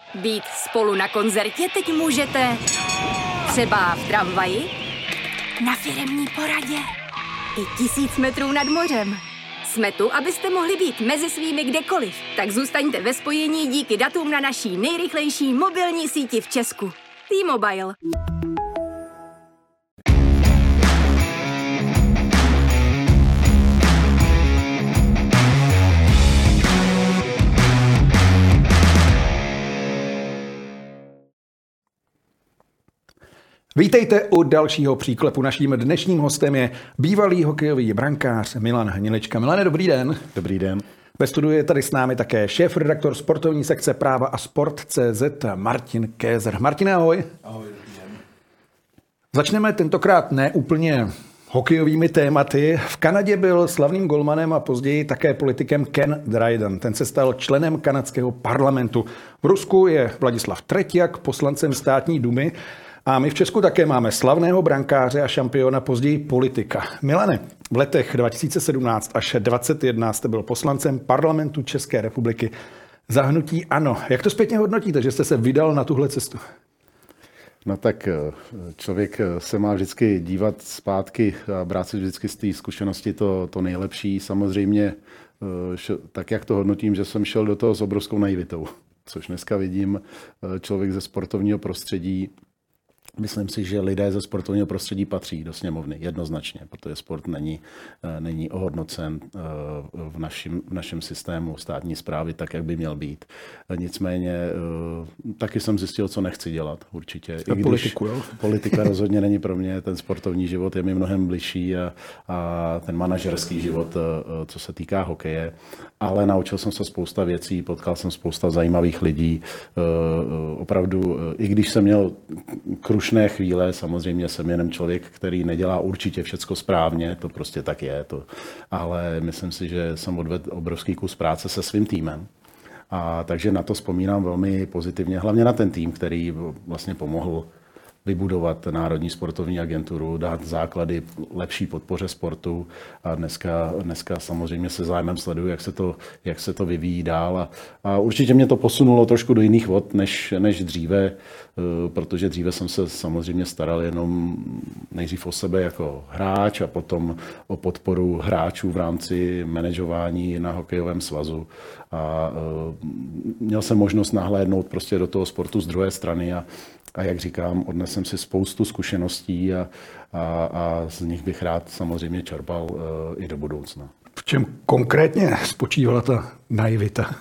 Být spolu na koncertě teď můžete třeba v tramvaji, na firemní poradě i 1000 metrů nad mořem. Jsme tu, abyste mohli být mezi svými kdekoliv. Tak zůstaňte ve spojení díky datům na naší nejrychlejší mobilní síti v Česku. T-Mobile. Vítejte u dalšího příklepu. Naším dnešním hostem je bývalý hokejový brankář Milan Hnilička. Milane, dobrý den. Dobrý den. Ve studiu je tady s námi také šéfredaktor sportovní sekce Práva a Sport.cz Martin Kézer. Martine, ahoj. Ahoj, dobrý den. Začneme tentokrát ne úplně hokejovými tématy. V Kanadě byl slavným golmanem a později také politikem Ken Dryden. Ten se stal členem kanadského parlamentu. V Rusku je Vladislav Tretiak poslancem státní dumy. A my v Česku také máme slavného brankáře a šampiona, později politika. Milane, v letech 2017 až 2021 jste byl poslancem parlamentu České republiky za hnutí ANO. Jak to zpětně hodnotíte, že jste se vydal na tuhle cestu? No tak člověk se má vždycky dívat zpátky a brát si vždycky z té zkušenosti to nejlepší. Samozřejmě tak, jak to hodnotím, že jsem šel do toho s obrovskou naivitou, což dneska vidím, člověk ze sportovního prostředí. Myslím si, že lidé ze sportovního prostředí patří do sněmovny jednoznačně, protože sport není ohodnocen v našem systému státní správy tak, jak by měl být. Nicméně taky jsem zjistil, co nechci dělat určitě. I když politiku, jo? Politika rozhodně není pro mě, ten sportovní život je mi mnohem bližší a ten manažerský život, co se týká hokeje. Ale naučil jsem se spousta věcí, potkal jsem spousta zajímavých lidí. Opravdu, i když jsem měl krušné chvíle, samozřejmě jsem jenom člověk, který nedělá určitě všecko správně, to prostě tak je. Ale myslím si, že jsem odvedl obrovský kus práce se svým týmem. A takže na to vzpomínám velmi pozitivně, hlavně na ten tým, který vlastně pomohl vybudovat Národní sportovní agenturu, dát základy lepší podpoře sportu a dneska samozřejmě se zájmem sleduju, jak se to vyvíjí dál a určitě mě to posunulo trošku do jiných vod než dříve, protože dříve jsem se samozřejmě staral jenom nejdřív o sebe jako hráč a potom o podporu hráčů v rámci manažování na hokejovém svazu a měl jsem možnost nahlédnout prostě do toho sportu z druhé strany a jak říkám, odnesem si spoustu zkušeností a z nich bych rád samozřejmě čerpal i do budoucna. V čem konkrétně spočívala ta naivita?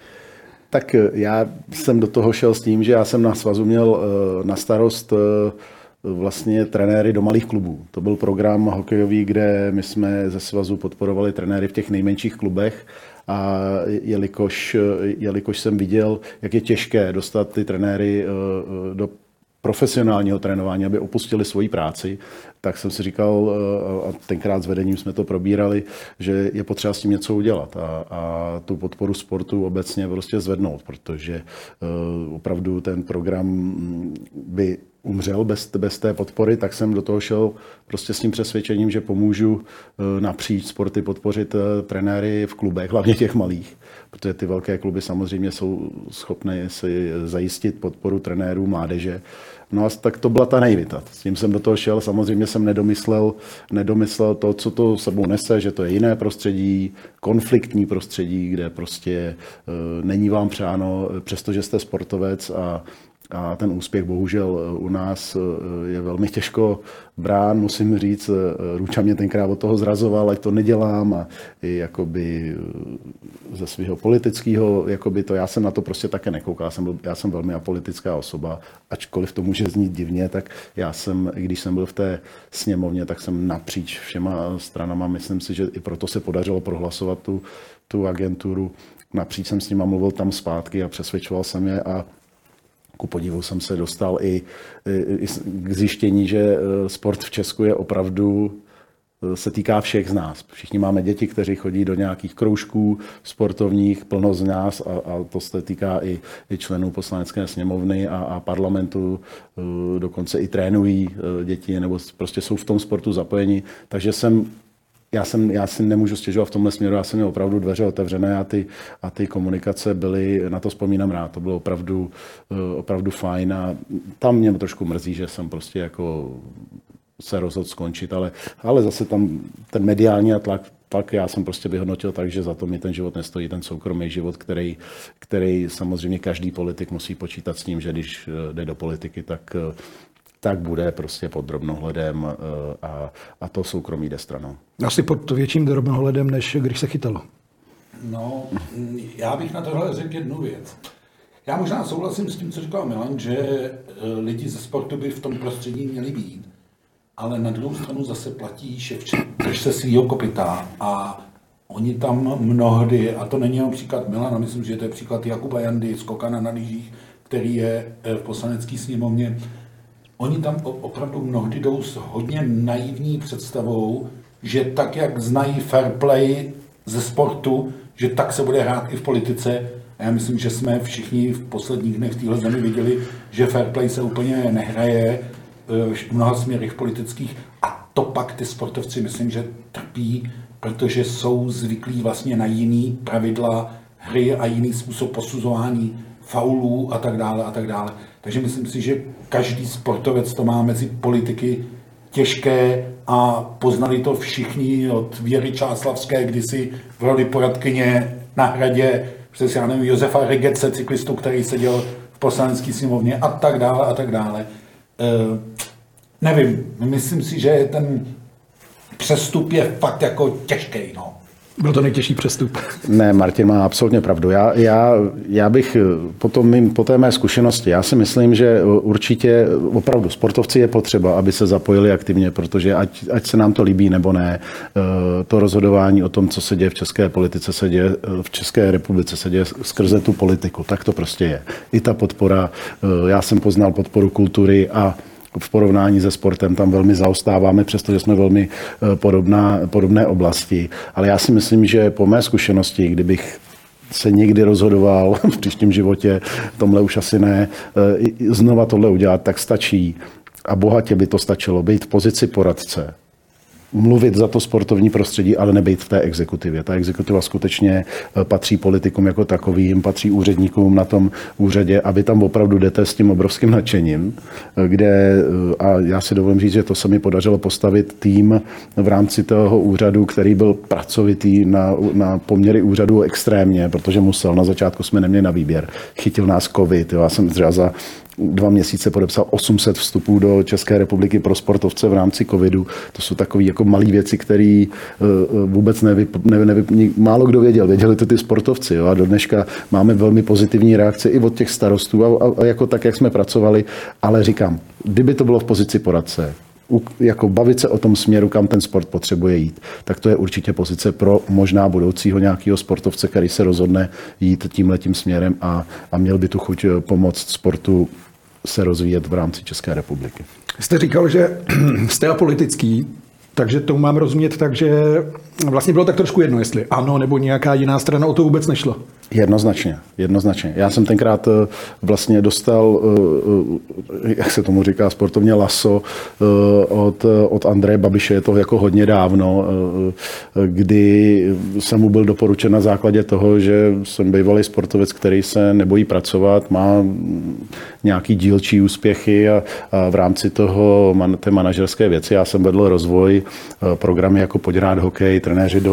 Tak já jsem do toho šel s tím, že já jsem na svazu měl na starost vlastně trenéry do malých klubů. To byl program hokejový, kde my jsme ze svazu podporovali trenéry v těch nejmenších klubech. A jelikož jsem viděl, jak je těžké dostat ty trenéry do profesionálního trénování, aby opustili svoji práci, tak jsem si říkal, a tenkrát s vedením jsme to probírali, že je potřeba s tím něco udělat a tu podporu sportu obecně prostě zvednout, protože opravdu ten program by umřel bez té podpory, tak jsem do toho šel prostě s tím přesvědčením, že pomůžu napříč sporty podpořit trenéry v klubech, hlavně těch malých, protože ty velké kluby samozřejmě jsou schopné si zajistit podporu trenérů mládeže. No a tak to byla ta naivita. S tím jsem do toho šel, samozřejmě jsem nedomyslel to, co to sebou nese, že to je jiné prostředí, konfliktní prostředí, kde prostě není vám přáno, přestože jste sportovec a ten úspěch bohužel u nás je velmi těžko brán, musím říct, Růča mě tenkrát od toho zrazoval, ať to nedělám a i jakoby ze svého politického, jakoby to, já jsem na to prostě také nekoukal, já jsem velmi apolitická osoba, ačkoliv to může znít divně, tak já jsem, i když jsem byl v té sněmovně, tak jsem napříč všema stranama, myslím si, že i proto se podařilo prohlasovat tu agenturu, napříč jsem s nima mluvil tam zpátky a přesvědčoval jsem je a ku podivu jsem se dostal i k zjištění, že sport v Česku je opravdu, se týká všech z nás. Všichni máme děti, kteří chodí do nějakých kroužků sportovních, plno z nás a to se týká i členů poslanecké sněmovny a parlamentu, dokonce i trénují děti nebo prostě jsou v tom sportu zapojeni. Takže jsem já si nemůžu stěžovat v tomhle směru, já jsem měl opravdu dveře otevřené a ty komunikace byly, na to vzpomínám rád, to bylo opravdu fajn a tam mě trošku mrzí, že jsem prostě jako se rozhodl skončit, ale zase tam ten mediální tlak já jsem prostě vyhodnotil tak, že za to mi ten život nestojí, ten soukromý život, který samozřejmě každý politik musí počítat s tím, že když jde do politiky, tak bude prostě pod drobnohledem a to soukromí jde stranou. Asi pod větším drobnohledem, než když se chytalo. No, já bych na tohle řekl jednu věc. Já možná souhlasím s tím, co říkal Milan, že lidi ze sportu by v tom prostředí měli být, ale na druhou stranu zase platí ševče, drž se svýho kopyta a oni tam mnohdy, a to není jenom příklad Milana, myslím, že to je příklad Jakuba Jandy, skokana na lyžích, který je v poslanecké sněmovně. Oni tam opravdu mnohdy jdou s hodně naivní představou, že tak, jak znají fair play ze sportu, že tak se bude hrát i v politice. A já myslím, že jsme všichni v posledních dnech v téhle zemi viděli, že fair play se úplně nehraje v mnoha směrech politických. A to pak ty sportovci myslím, že trpí, protože jsou zvyklí vlastně na jiný pravidla hry a jiný způsob posuzování faulů a tak dále a tak dále. Takže myslím si, že každý sportovec to má mezi politiky těžké a poznali to všichni od Věry Čáslavské, kdysi v roli poradkyně na Hradě, přes já nevím, Josefa Regece, cyklistu, který seděl v poslanecké sněmovně a tak dále a tak dále. Nevím, myslím si, že ten přestup je fakt jako těžký, no. Byl to nejtěžší přestup. Ne, Martin má absolutně pravdu. Já bych po té mé zkušenosti, já si myslím, že určitě opravdu sportovci je potřeba, aby se zapojili aktivně, protože ať se nám to líbí nebo ne, to rozhodování o tom, co se děje v české politice, se děje v České republice, se děje skrze tu politiku. Tak to prostě je. I ta podpora, já jsem poznal podporu kultury a v porovnání se sportem tam velmi zaostáváme, přestože jsme velmi podobné oblasti. Ale já si myslím, že po mé zkušenosti, kdybych se někdy rozhodoval v příštím životě, tomhle už asi ne, znova tohle udělat, tak stačí a bohatě by to stačilo být v pozici poradce. Mluvit za to sportovní prostředí, ale nebejt v té exekutivě. Ta exekutiva skutečně patří politikům jako takovým, patří úředníkům na tom úřadě a vy tam opravdu jdete s tím obrovským nadšením, a já si dovolím říct, že to se mi podařilo postavit tým v rámci toho úřadu, který byl pracovitý na poměry úřadu extrémně, protože musel. Na začátku jsme neměli na výběr. Chytil nás covid. Já jsem třeba za 2 měsíce podepsal 800 vstupů do České republiky pro sportovce v rámci covidu. To jsou takové jako malé věci, které vůbec málo kdo věděl. Věděli to ty sportovci. Jo? A do dneška máme velmi pozitivní reakce i od těch starostů a jako tak, jak jsme pracovali. Ale říkám, kdyby to bylo v pozici poradce, jako bavit se o tom směru, kam ten sport potřebuje jít, tak to je určitě pozice pro možná budoucího nějakého sportovce, který se rozhodne jít tímhletím směrem a měl by tu chuť pomoct sportu se rozvíjet v rámci České republiky. Jste říkal, že jste apolitický, takže tomu mám rozumět tak, že vlastně bylo tak trošku jedno, jestli ano nebo nějaká jiná strana, o to vůbec nešlo. Jednoznačně. Já jsem tenkrát vlastně dostal, jak se tomu říká sportovně, laso od Andreje Babiše, je to jako hodně dávno, kdy jsem mu byl doporučen na základě toho, že jsem bývalý sportovec, který se nebojí pracovat, má nějaký dílčí úspěchy a v rámci té manažerské věci já jsem vedl rozvoj programy jako Pojď hrát hokej, trenéři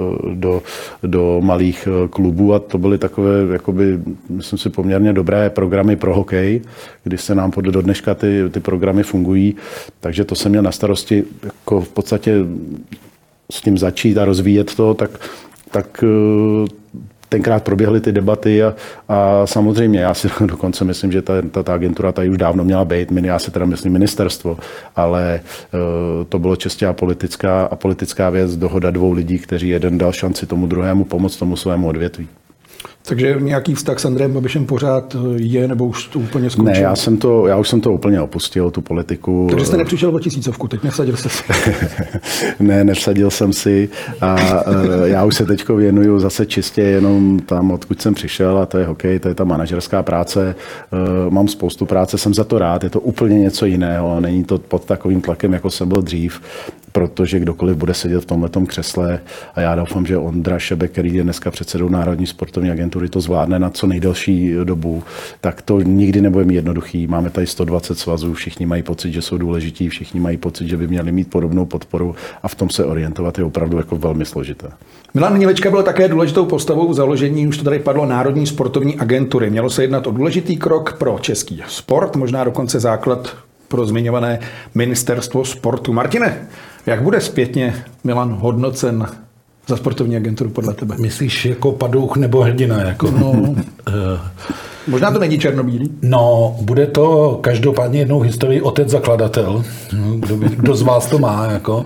do malých klubů a to byly takové, jakoby, myslím si, poměrně dobré programy pro hokej, kdy se nám do dneška ty programy fungují, takže to jsem měl na starosti jako v podstatě s tím začít a rozvíjet to, tak tenkrát proběhly ty debaty a samozřejmě já si dokonce myslím, že ta agentura tady už dávno měla být, já si teda myslím ministerstvo, ale to bylo čistě apolitická věc, dohoda 2 lidí, kteří jeden dal šanci tomu druhému pomoct tomu svému odvětví. Takže nějaký vztah s Andrejem Babišem pořád je, nebo už to úplně skončil? Ne, já už jsem to úplně opustil, tu politiku. Takže jste nepřišel o 1000, teď nevsadil jste si. Ne, nevsadil jsem si a já už se teďko věnuju zase čistě jenom tam, odkud jsem přišel a to je hokej, to je ta manažerská práce. Mám spoustu práce, jsem za to rád, je to úplně něco jiného, není to pod takovým tlakem, jako jsem byl dřív. protože kdokoliv bude sedět v tomhletom křesle, a já doufám, že Ondra Šebek, který je dneska předsedou Národní sportovní agentury, to zvládne na co nejdelší dobu, tak to nikdy nebude mít jednoduchý. Máme tady 120 svazů, všichni mají pocit, že jsou důležití, všichni mají pocit, že by měli mít podobnou podporu a v tom se orientovat je opravdu jako velmi složité. Milan Hnilička byl také důležitou postavou v založení, už to tady padlo, Národní sportovní agentury. Mělo se jednat o důležitý krok pro český sport, možná dokonce základ pro zmiňované ministerstvo sportu. Martine, jak bude zpětně Milan hodnocen za sportovní agenturu podle tebe? Myslíš jako padouch nebo hrdina? Jako? No, možná to není černobílý. No, bude to každopádně jednou historii otec zakladatel. Kdo z vás to má? Jako?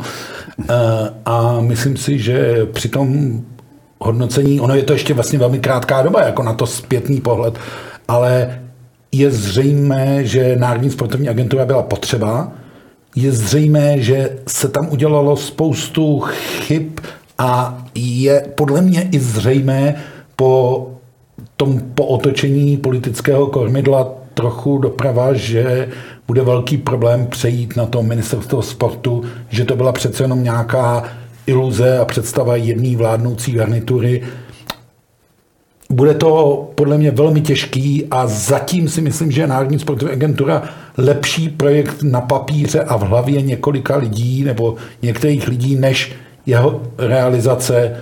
A myslím si, že při tom hodnocení, ono je to ještě vlastně velmi krátká doba, jako na to zpětný pohled, ale je zřejmé, že Národní sportovní agentura byla potřeba, je zřejmé, že se tam udělalo spoustu chyb a je podle mě i zřejmé po otočení politického kormidla trochu doprava, že bude velký problém přejít na to ministerstvo sportu, že to byla přece jenom nějaká iluze a představa jedné vládnoucí garnitury. Bude to podle mě velmi těžký a zatím si myslím, že Národní sportovní agentura lepší projekt na papíře a v hlavě několika lidí nebo některých lidí, než jeho realizace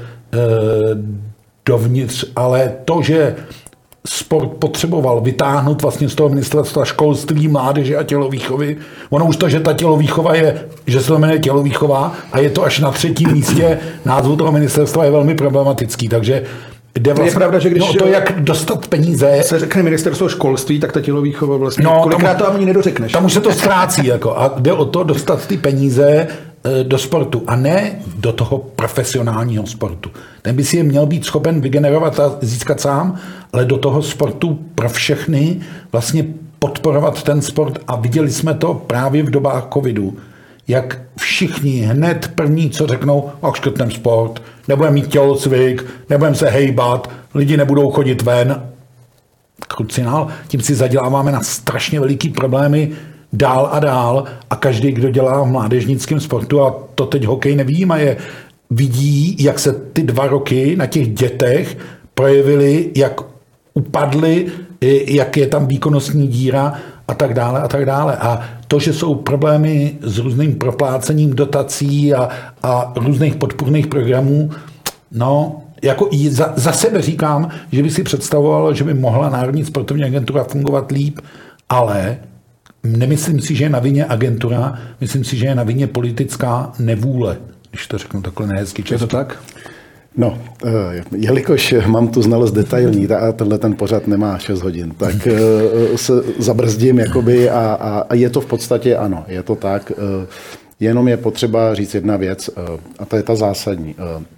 dovnitř. Ale to, že sport potřeboval vytáhnout vlastně z toho ministerstva školství, mládeže a tělovýchovy. Ono už to, že ta tělovýchova je, že se to jmenuje tělovýchova a je to až na 3. místě názvu toho ministerstva, je velmi problematický, takže vlastně, je pravda, že když to, jak dostat peníze, se řekne ministerstvo školství, tak ta tělovýchova vlastně, kolikrát to ani nedořekneš. Tam už se to ztrácí, jako, a jde o to dostat ty peníze do sportu a ne do toho profesionálního sportu. Ten by si je měl být schopen vygenerovat a získat sám, ale do toho sportu pro všechny vlastně podporovat ten sport a viděli jsme to právě v dobách covidu, jak všichni hned první, co řeknou, škrtnem sport, nebudeme mít tělocvik, nebudeme se hejbat, lidi nebudou chodit ven. Krucinál, tím si zaděláváme na strašně veliký problémy dál a dál a každý, kdo dělá v mládežnickém sportu, a to teď hokej nevyjímaje, vidí, jak se ty 2 roky na těch dětech projevily, jak upadly, jak je tam výkonnostní díra a tak dále a tak dále. A to, že jsou problémy s různým proplácením dotací a různých podpůrných programů, no, jako i za sebe říkám, že by si představovalo, že by mohla Národní sportovní agentura fungovat líp, ale nemyslím si, že je na vině agentura, myslím si, že je na vině politická nevůle, když to řeknu takhle nehezky česky. Je to tak? No, jelikož mám tu znalost detailní a tenhle ten pořad nemá 6 hodin, tak se zabrzdím jakoby a je to v podstatě ano, je to tak. Jenom je potřeba říct jedna věc a to je ta zásadní.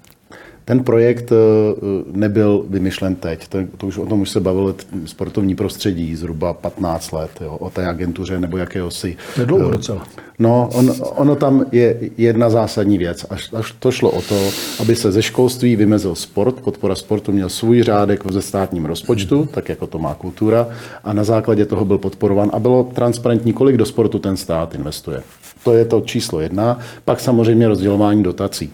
Ten projekt nebyl vymyšlen teď, o tom už se bavilo sportovní prostředí zhruba 15 let, jo, o té agentuře nebo jakéhosi. To je dlouho docela. No, ono tam je jedna zásadní věc. Až to šlo o to, aby se ze školství vymezil sport, podpora sportu měl svůj řádek ve státním rozpočtu, tak jako to má kultura, a na základě toho byl podporován a bylo transparentní, kolik do sportu ten stát investuje. To je to číslo 1. Pak samozřejmě rozdělování dotací.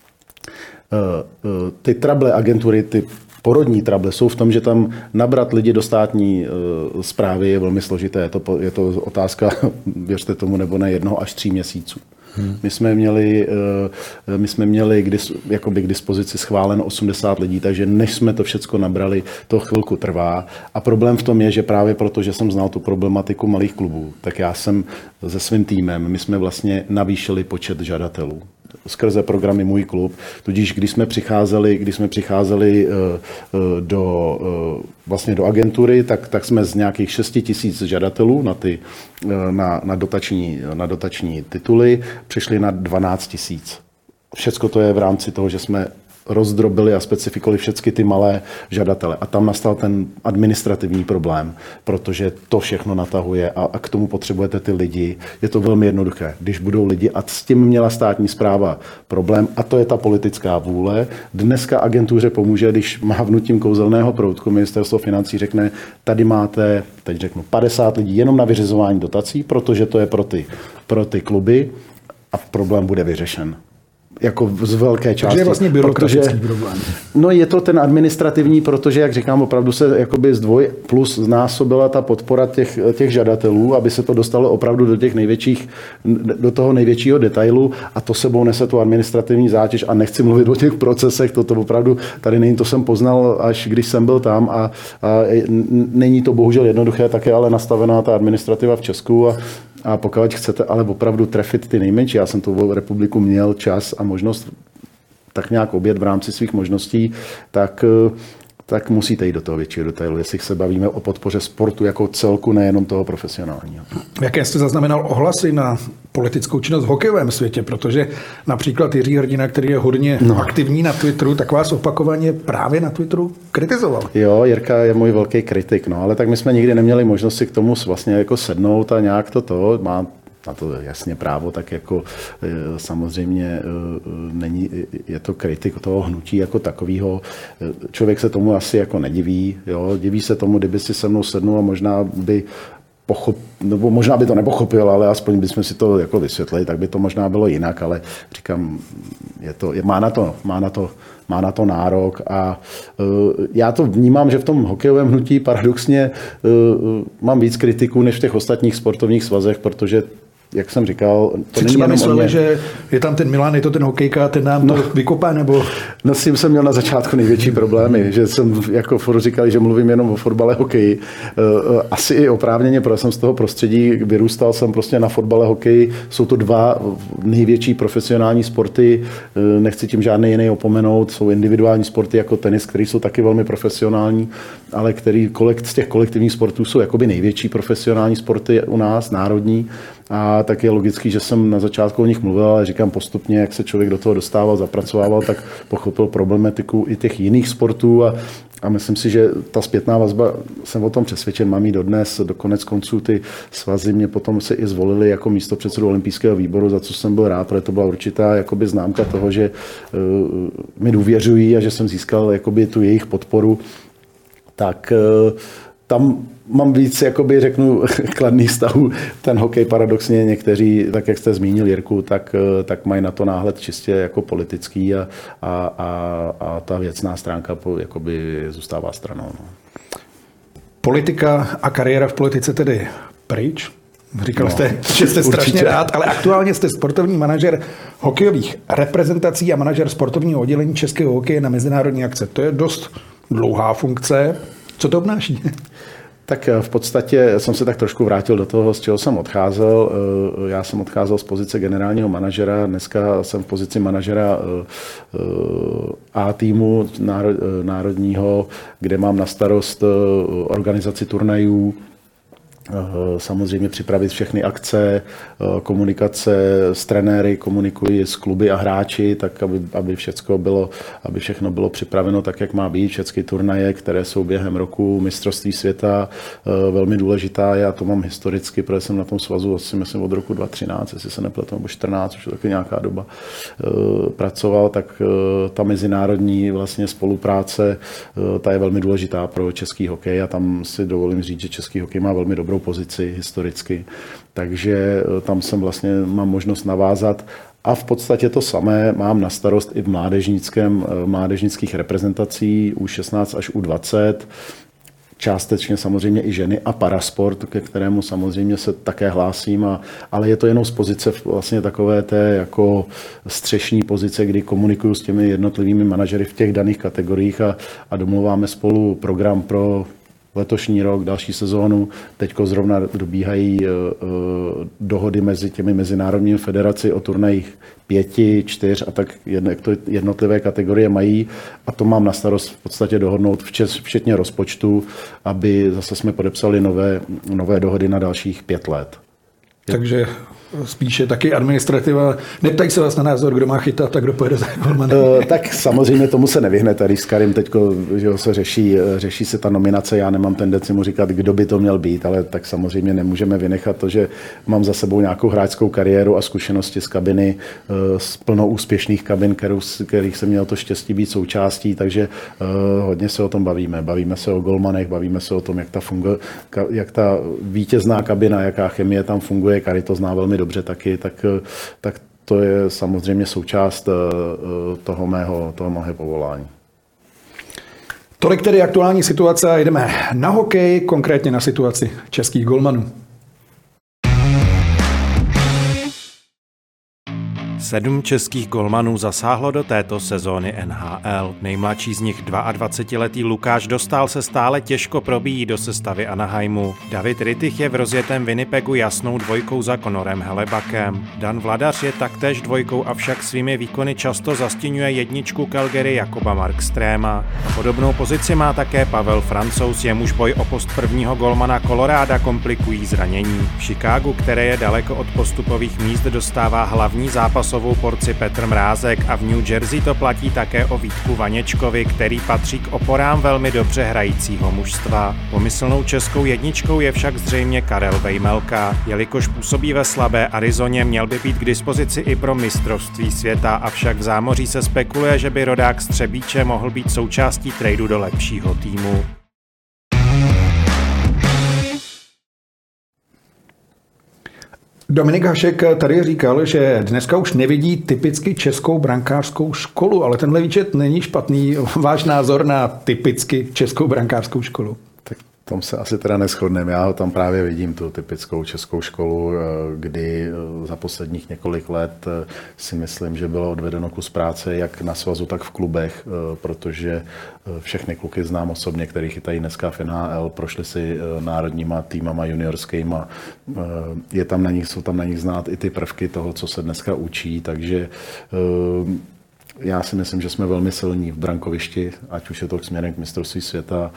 Ty trable agentury, ty porodní trable jsou v tom, že tam nabrat lidi do státní správy je velmi složité. Je to otázka, věřte tomu nebo ne, 1 až 3 měsíců. My jsme měli k dispozici schváleno 80 lidí, takže než jsme to všecko nabrali, to chvilku trvá. A problém v tom je, že právě proto, že jsem znal tu problematiku malých klubů, tak já jsem se svým týmem, my jsme vlastně navýšili počet žadatelů skrze programy Můj klub. Tudíž, když jsme přicházeli do agentury, tak jsme z nějakých 6 000 žadatelů na dotační tituly přišli na 12 000. Všecko to je v rámci toho, že jsme rozdrobili a specifikovali všechny ty malé žadatele. A tam nastal ten administrativní problém, protože to všechno natahuje a k tomu potřebujete ty lidi. Je to velmi jednoduché. Když budou lidi, a s tím měla státní správa problém, a to je ta politická vůle. Dneska agentuře pomůže, když mávnutím kouzelného proutku ministerstvo financí řekne, tady máte, teď řeknu, 50 lidí jenom na vyřizování dotací, protože to je pro ty kluby. a problém bude vyřešen. Jako z velké části. Takže je vlastně byrokratický problém. No je to ten administrativní, protože, jak říkám, opravdu se jakoby plus znásobila ta podpora těch žadatelů, aby se to dostalo opravdu do toho největšího detailu a to sebou nese tu administrativní zátěž a nechci mluvit o těch procesech, to opravdu tady není, to jsem poznal, až když jsem byl tam a není to bohužel jednoduché, také ale nastavená ta administrativa v Česku a pokud chcete ale opravdu trefit ty nejmenší, já jsem tu republiku měl čas a možnost tak nějak obět v rámci svých možností, tak musíte jít do toho většího detailu, jestli se bavíme o podpoře sportu jako celku, nejenom toho profesionálního. Jaké jste zaznamenal ohlasy na politickou činnost v hokejovém světě, protože například Jiří Hrdina, který je hodně aktivní na Twitteru, tak vás opakovaně právě na Twitteru kritizoval. Jo, Jirka je můj velký kritik, ale tak my jsme nikdy neměli možnost si k tomu vlastně jako sednout a nějak to má na to jasně právo, tak jako samozřejmě je to kritik toho hnutí jako takového. Člověk se tomu asi jako nediví, jo? Diví se tomu, kdyby si se mnou sednul a možná by nebo možná by to nepochopil, ale aspoň bychom si to jako vysvětlili, tak by to možná bylo jinak, ale říkám, má na to nárok a já to vnímám, že v tom hokejovém hnutí paradoxně mám víc kritiků než v těch ostatních sportovních svazech, protože jak jsem říkal, to není jenom mysleli, že je tam ten Milan, je to ten hokejka, ten nám to vykopá, nebo? No s tím jsem měl na začátku největší problémy, že jsem jako říkali, že mluvím jenom o fotbale, hokeji. Asi i oprávněně, protože jsem z toho prostředí vyrůstal, jsem prostě na fotbale, hokeji. Jsou to dva největší profesionální sporty, nechci tím žádný jiný opomenout. Jsou individuální sporty jako tenis, které jsou taky velmi profesionální, ale z těch kolektivních sportů jsou jakoby největší profesionální sporty u nás, národní. A tak je logický, že jsem na začátku o nich mluvil, ale říkám postupně, jak se člověk do toho dostával, zapracovával, tak pochopil problematiku i těch jiných sportů a myslím si, že ta zpětná vazba, jsem o tom přesvědčen, mám ji dodnes, do konec konců ty svazy mě potom se i zvolili jako místopředsedu olympijského výboru, za co jsem byl rád, protože to byla určitá jakoby známka toho, že mi důvěřují a že jsem získal jakoby tu jejich podporu, tak tam mám víc, jakoby řeknu, kladných vztahů. Ten hokej paradoxně někteří, tak jak jste zmínil Jirku, tak mají na to náhled čistě jako politický a ta věcná stránka jakoby zůstává stranou. No. Politika a kariéra v politice tedy pryč? Říkal jste, že jste strašně rád, ale aktuálně jste sportovní manažer hokejových reprezentací a manažer sportovního oddělení českého hokeje na mezinárodní akce. To je dost dlouhá funkce. Co to obnáší? Tak v podstatě jsem se tak trošku vrátil do toho, z čeho jsem odcházel. Já jsem odcházel z pozice generálního manažera, dneska jsem v pozici manažera A týmu národního, kde mám na starost organizaci turnajů, samozřejmě připravit všechny akce, komunikace s trenéry, komunikuji s kluby a hráči, tak aby všechno bylo připraveno tak, jak má být. Všechny turnaje, které jsou během roku, mistrovství světa, velmi důležitá. Já to mám historicky, protože jsem na tom svazu asi myslím od roku 2013, jestli se nepletu, nebo 14, už je taky nějaká doba pracoval, tak ta mezinárodní vlastně spolupráce, ta je velmi důležitá pro český hokej a tam si dovolím říct, že český hokej má velmi dobrou pozici historicky, takže tam mám možnost navázat a v podstatě to samé mám na starost i v mládežnických reprezentací U16 až U20, částečně samozřejmě i ženy a parasport, ke kterému samozřejmě se také hlásím, ale je to jenom z pozice vlastně takové té jako střešní pozice, kdy komunikuju s těmi jednotlivými manažery v těch daných kategoriích a domluváme spolu program pro letošní rok, další sezónu. Teďko zrovna dobíhají dohody mezi těmi mezinárodními federaci o turnajích 5, 4 a tak jak to jednotlivé kategorie mají. A to mám na starost v podstatě dohodnout včetně rozpočtu, aby zase jsme podepsali nové dohody na dalších 5 let. Takže spíše taky administrativa. Neptají se vás na názor, kdo má chytat a kdo pojede za golmanem. Tak samozřejmě tomu se nevyhnete. Když s Karim teďko, že se řeší se ta nominace, já nemám tendenci mu říkat, kdo by to měl být, ale tak samozřejmě nemůžeme vynechat to, že mám za sebou nějakou hráčskou kariéru a zkušenosti z kabiny, z plno úspěšných kabin, kterých jsem měl to štěstí být součástí, takže hodně se o tom bavíme. Bavíme se o golmanech, bavíme se o tom, jak ta vítězná kabina, jaká chemie tam funguje. Kari to zná velmi dobře taky, tak to je samozřejmě součást toho mého povolání. Tolik tedy aktuální situace a jdeme na hokej, konkrétně na situaci českých golmanů. 7 českých golmanů zasáhlo do této sezóny NHL. Nejmladší z nich 22letý Lukáš Dostál se stále těžko probíjí do sestavy Anaheimu. David Rittich je v rozjetém Winnipegu jasnou dvojkou za Connorem Helebakem. Dan Vladař je taktéž dvojkou, avšak svými výkony často zastěňuje jedničku Calgary Jakuba Markstréma. Podobnou pozici má také Pavel Francouz, jemuž boj o post prvního golmana Coloráda komplikují zranění. V Chicagu, které je daleko od postupových míst, dostává hlavní zápasovou porci Petr Mrázek a v New Jersey to platí také o Vítku Vaněčkovi, který patří k oporám velmi dobře hrajícího mužstva. Pomyslnou českou jedničkou je však zřejmě Karel Vejmelka. Jelikož působí ve slabé Arizoně, měl by být k dispozici i pro mistrovství světa, avšak v zámoří se spekuluje, že by rodák z Třebíče mohl být součástí tradu do lepšího týmu. Dominik Hašek tady říkal, že dneska už nevidí typicky českou brankářskou školu, ale tenhle výčet není špatný. Váš názor na typicky českou brankářskou školu? Tak tom se asi teda neshodneme. Já ho tam právě vidím, tu typickou českou školu, kdy za posledních několik let si myslím, že bylo odvedeno kus práce jak na svazu, tak v klubech, protože všechny kluky znám osobně, který chytají dneska v NHL, prošli si národníma týmama juniorskýma. Jsou tam na nich znát i ty prvky toho, co se dneska učí, takže já si myslím, že jsme velmi silní v brankovišti, ať už je to směrem k mistrovství světa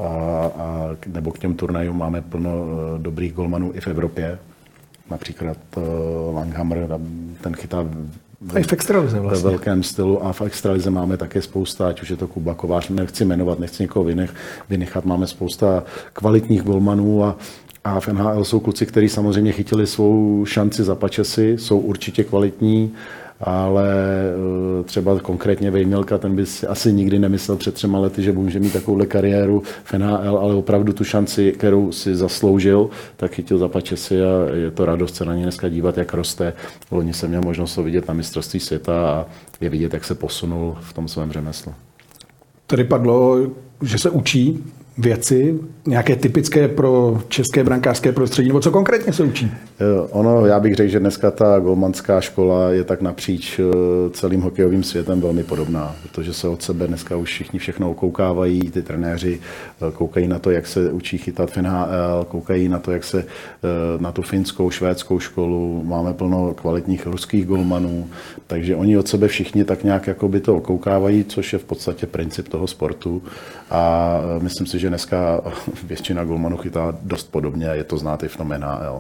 nebo k těm turnajům. Máme plno dobrých golmanů i v Evropě. Například Langhammer, ten chytá v extralize vlastně. Ve velkém stylu a v extralize máme také spousta, ať už je to Kuba Kovář, nechci jmenovat, nechci někoho vynechat, máme spousta kvalitních golmanů a v NHL jsou kluci, kteří samozřejmě chytili svou šanci za pačesy, jsou určitě kvalitní, ale třeba konkrétně Vejmělka, ten by si asi nikdy nemyslel před 3 lety, že může mít takovouhle kariéru v NHL, ale opravdu tu šanci, kterou si zasloužil, tak chytil za pačesy a je to radost se na ně dneska dívat, jak roste. Loni jsem měl možnost to vidět na mistrovství světa a je vidět, jak se posunul v tom svém řemeslu. Tady padlo, že se učí věci, nějaké typické pro české brankářské prostředí, nebo co konkrétně se učí? Já bych řekl, že dneska ta golmanská škola je tak napříč celým hokejovým světem velmi podobná, protože se od sebe dneska už všichni všechno okoukávají, ty trenéři koukají na to, jak se učí chytat v NHL, koukají na to, jak se na tu finskou, švédskou školu, máme plno kvalitních ruských golmanů, takže oni od sebe všichni tak nějak jakoby to okoukávají, což je v podstatě princip toho sportu a myslím si, že dneska většina golmanů chytá dost podobně, je to znát i v tom NHL.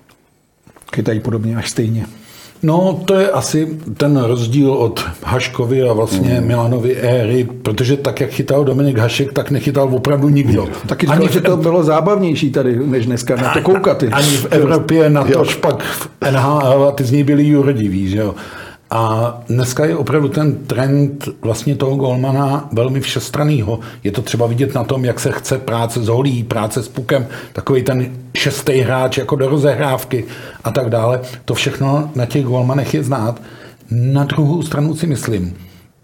Chytají podobně až stejně. No, to je asi ten rozdíl od Haškovy a vlastně Milanovy éry, protože tak, jak chytal Dominik Hašek, tak nechytal opravdu nikdo. Taky říkal, že to bylo zábavnější tady, než dneska na to koukat. Ani v Evropě, na to špak v NHL a ty z něj byli jurodiví, že jo. A dneska je opravdu ten trend vlastně toho golmana velmi všestrannýho. Je to třeba vidět na tom, jak se chce práce s holí, práce s pukem, takový ten 6. hráč jako do rozehrávky a tak dále. To všechno na těch golmanech je znát. Na druhou stranu si myslím,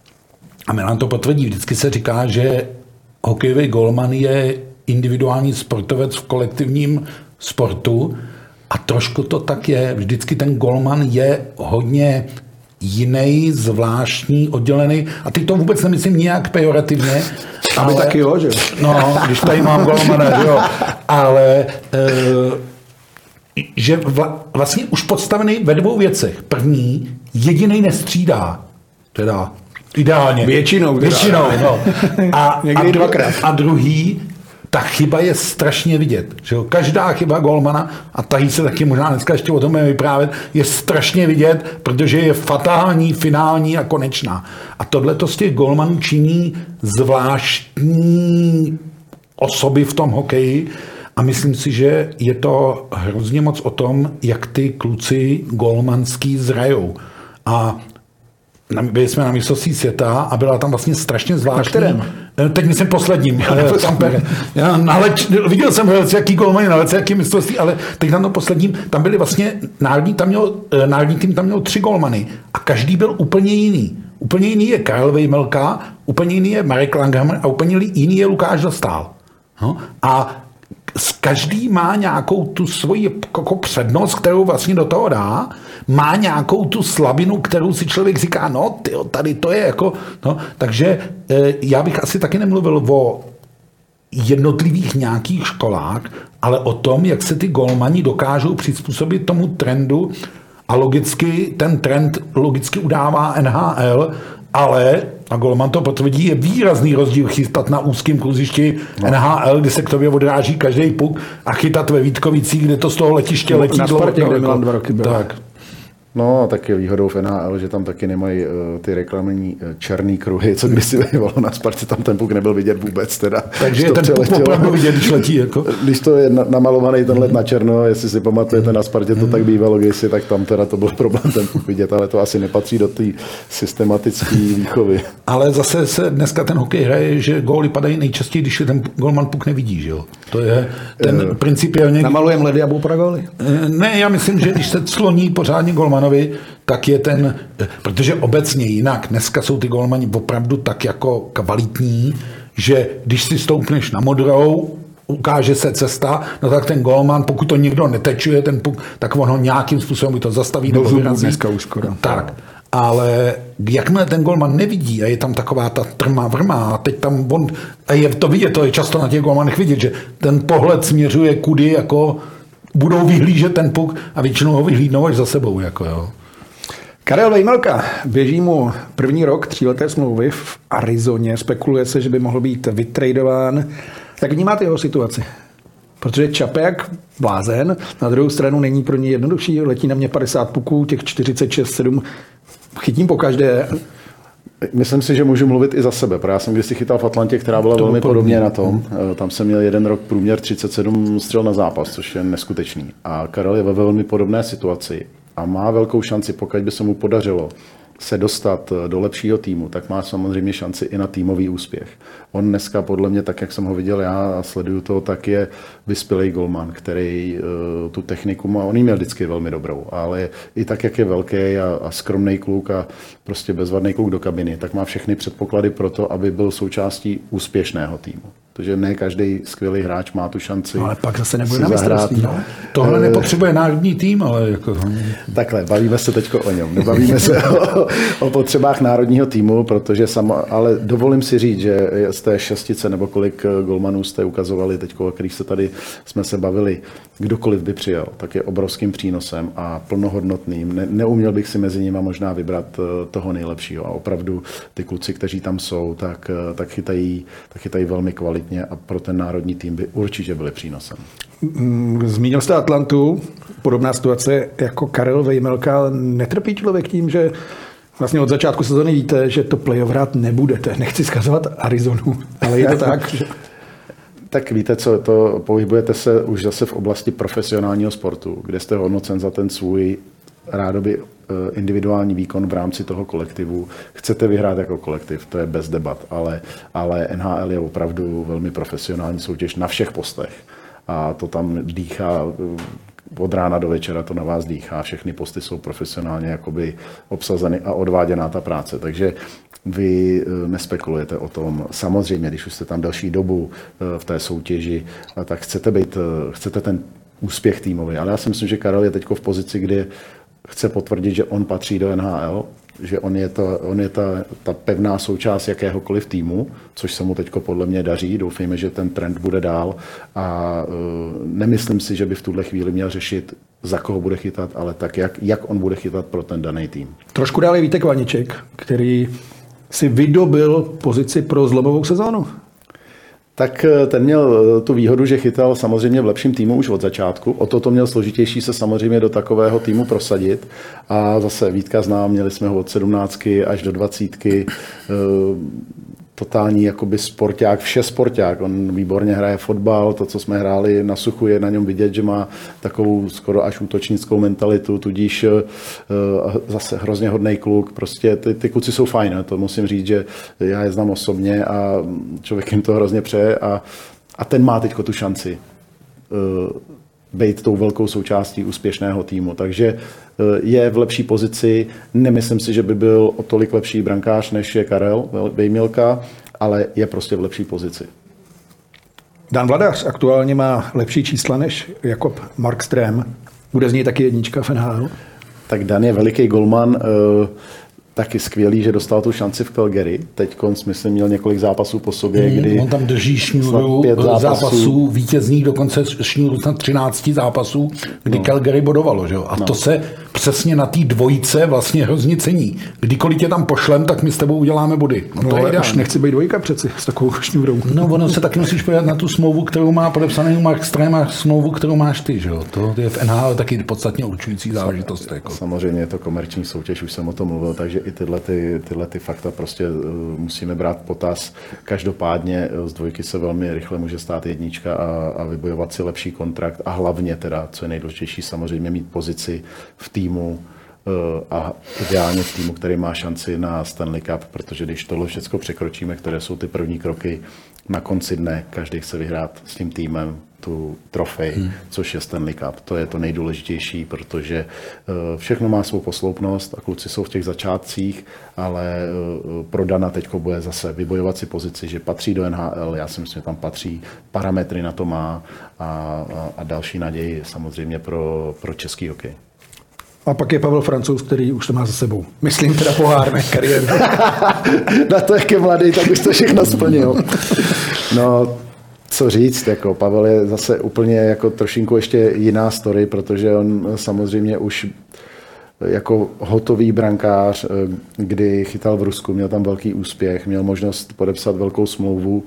a Milan to potvrdí, vždycky se říká, že hokejový golman je individuální sportovec v kolektivním sportu a trošku to tak je. Vždycky ten golman je hodně jiný, zvláštní, oddělený. A teď to vůbec nemyslím nijak pejorativně. Ale taky jo, že? No, když tady mám golmana, že jo. Ale že vlastně už podstavený ve 2 věcech. První, jedinej nestřídá. Teda ideálně. Většinou, no. A někdy 2krát. A druhý, ta chyba je strašně vidět. Že jo? Každá chyba golmana, a tady se taky možná dneska ještě o tom vyprávět, je strašně vidět, protože je fatální, finální a konečná. A tohleto z těch golmanů činí zvláštní osoby v tom hokeji a myslím si, že je to hrozně moc o tom, jak ty kluci golmanský zrajou. A byli jsme na mistrovství světa a byla tam vlastně strašně zvláštní. Na kterém? Teď myslím posledním. Viděl jsem jaký golmani na jaký mistrovství, ale teď na tom posledním, tam byli vlastně, národní tým tam měl 3 golmany a každý byl úplně jiný. Úplně jiný je Karel Vejmelka, úplně jiný je Marek Langhammer a úplně jiný je Lukáš Dostál. A každý má nějakou tu svoji jako přednost, kterou vlastně do toho dá, má nějakou tu slabinu, kterou si člověk říká, no tyjo, tady to je jako, no, takže já bych asi taky nemluvil o jednotlivých nějakých školách, ale o tom, jak se ty golmani dokážou přizpůsobit tomu trendu a logicky ten trend logicky udává NHL, ale, a golman to potvrdí, je výrazný rozdíl chystat na úzkém kluzišti NHL, kdy se k tobě odráží každý puk a chytat ve Vítkovicích, kde to z toho letiště letí. Na Spartě, kde Milan 2 roky byl. Tak. No, tak je výhodou v NHL, že tam taky nemají ty reklamní černý kruhy, co kdysi bývalo na Spartě, tam ten puk nebyl vidět vůbec. Teda, takže je ten puk opravdu vidět, když letí. Jako. Když to je namalovaný ten let na černo, jestli si pamatujete, na Spartě to tak bývalo kdysi, tak tam teda to byl problém ten puk vidět, ale to asi nepatří do té systematické výchovy. Ale zase se dneska ten hokej hraje, že góly padají nejčastěji, když ten golman puk nevidí, že jo? To je ten principiálně... Namalujeme ledy a budou pro góly? Ne, já myslím, že když se cloní pořádně golmanovi, tak je ten, protože obecně jinak, dneska jsou ty golmani opravdu tak jako kvalitní, že když si stoupneš na modrou, ukáže se cesta, no tak ten golman, pokud to nikdo netečuje, ten puk, tak on ho nějakým způsobem to zastaví nebo vyrazí. Dneska už skoro. Tak, ale jakmile ten golman nevidí a je tam taková ta trma vrma a teď tam on, a je to vidět, to je často na těch golmanech vidět, že ten pohled směřuje kudy jako budou vyhlížet ten puk a většinou ho vyhlídnou až za sebou. Jako jo. Karel Vejmelka, běží mu první rok 3leté smlouvy v Arizoně. Spekuluje se, že by mohl být vytradován. Jak vnímáte jeho situaci? Protože čape jak blázen, na druhou stranu není pro ně jednodušší. Letí na mě 50 puků, těch 46-7 chytím pokaždé. Myslím si, že můžu mluvit i za sebe, protože já jsem kdysi chytal v Atlantě, která byla velmi podobně na tom. Tam jsem měl jeden rok průměr 37 střel na zápas, což je neskutečný. A Karel je ve velmi podobné situaci a má velkou šanci, pokud by se mu podařilo se dostat do lepšího týmu, tak má samozřejmě šanci i na týmový úspěch. On dneska podle mě, tak jak jsem ho viděl já a sleduju to, tak je vyspělý golman, který tu techniku má, on ji měl vždycky velmi dobrou, ale i tak, jak je velký a skromný kluk a prostě bezvadný kluk do kabiny, tak má všechny předpoklady pro to, aby byl součástí úspěšného týmu. Protože ne každý skvělý hráč má tu šanci. No, ale pak zase nebude na mistrovství. No. Tohle nepotřebuje národní tým, ale jako... Takhle, bavíme se teďko o něm. Nebavíme se o potřebách národního týmu, protože ale dovolím si říct, že z té šestice nebo kolik golmanů jste ukazovali teďko, o kterých se tady jsme se bavili, kdokoliv by přijel, tak je obrovským přínosem a plnohodnotným. Neuměl bych si mezi nimi možná vybrat toho nejlepšího. A opravdu ty kluci, kteří tam jsou, tak chytají velmi kvalitně a pro ten národní tým by určitě byli přínosem. Zmínil jste Atlantu, podobná situace jako Karel Vejmelka. Netrpí člověk tím, že vlastně od začátku sezóny víte, že to playoff hrát nebudete. Nechci zkazovat Arizonu, ale je to tak, že... Tak víte co, to pohybujete se už zase v oblasti profesionálního sportu, kde jste hodnocen za ten svůj rádoby individuální výkon v rámci toho kolektivu. Chcete vyhrát jako kolektiv, to je bez debat, ale NHL je opravdu velmi profesionální soutěž na všech postech. A to tam dýchá od rána do večera, to na vás dýchá. Všechny posty jsou profesionálně jakoby obsazeny a odváděná ta práce. Takže vy nespekulujete o tom. Samozřejmě, když už jste tam delší dobu v té soutěži, tak chcete ten úspěch týmový. Ale já si myslím, že Karel je teď v pozici, kdy chce potvrdit, že on patří do NHL, že on je ta pevná součást jakéhokoliv týmu, což se mu teď podle mě daří. Doufejme, že ten trend bude dál a nemyslím si, že by v tuhle chvíli měl řešit, za koho bude chytat, ale tak, jak on bude chytat pro ten daný tým. Trošku dále Vítek Vaniček, který si vydobil pozici pro zlomovou sezónu. Tak ten měl tu výhodu, že chytal samozřejmě v lepším týmu už od začátku. O to měl složitější se samozřejmě do takového týmu prosadit. A zase Vítka znám, měli jsme ho od 17 až do 20. totální jakoby sporták, vše sporták. On výborně hraje fotbal, to, co jsme hráli na suchu, je na něm vidět, že má takovou skoro až útočnickou mentalitu, tudíž zase hrozně hodnej kluk. Prostě ty kluci jsou fajn, to musím říct, že já je znám osobně a člověk jim to hrozně přeje a ten má teďko tu šanci být tou velkou součástí úspěšného týmu. Takže je v lepší pozici. Nemyslím si, že by byl o tolik lepší brankář, než je Karel Vejmělka, ale je prostě v lepší pozici. Dan Vladař aktuálně má lepší čísla než Jakob Markström. Bude z něj taky jednička v NHL? Tak Dan je veliký golman, taky skvělý, že dostal tu šanci v Calgary. Teď myslím, měl několik zápasů po sobě, kdy on tam drží šňůru zápasů vítězných, dokonce šňůru na 13 zápasů, kdy Calgary bodovalo. Že? A to se přesně na té dvojice vlastně hrozně cení. Kdykoliv tě tam pošlem, tak my s tebou uděláme body. No to je už nechci být dvojka přeci s takovou šňůrou. No ono se taky musíš podívat na tu smlouvu, kterou má podepsaný Markström a smlouvu, kterou máš ty. Že? To je v NHL taky podstatně určující záležitost. Jako. Samozřejmě je to komerční soutěž, už jsem o tom mluvil, takže i tyhle fakta prostě musíme brát potaz. Každopádně z dvojky se velmi rychle může stát jednička a vybojovat si lepší kontrakt a hlavně teda, co je nejdůležitější, samozřejmě mít pozici v týmu a ideálně v týmu, který má šanci na Stanley Cup, protože když tohle všechno překročíme, které jsou ty první kroky, na konci dne každý chce vyhrát s tím týmem tu trofej, což je Stanley Cup. To je to nejdůležitější, protože všechno má svou posloupnost a kluci jsou v těch začátcích, ale pro Dana teďko bude zase vybojovat si pozici, že patří do NHL, já si myslím, že tam patří, parametry na to má a další naději samozřejmě pro český hokej. A pak je Pavel Francouz, který už to má za sebou. Myslím teda pohár, ne kariéru. Na to, jak je mladý, tak už to všechno splnil. No, co říct, jako Pavel je zase úplně jako trošinku ještě jiná story, protože on samozřejmě už jako hotový brankář, kdy chytal v Rusku, měl tam velký úspěch, měl možnost podepsat velkou smlouvu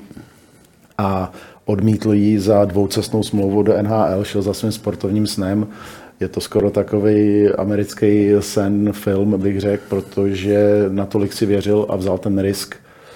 a odmítl ji za dvoucestnou smlouvu do NHL, šel za svým sportovním snem. Je to skoro takový americký sen film, bych řekl, protože natolik si věřil a vzal ten risk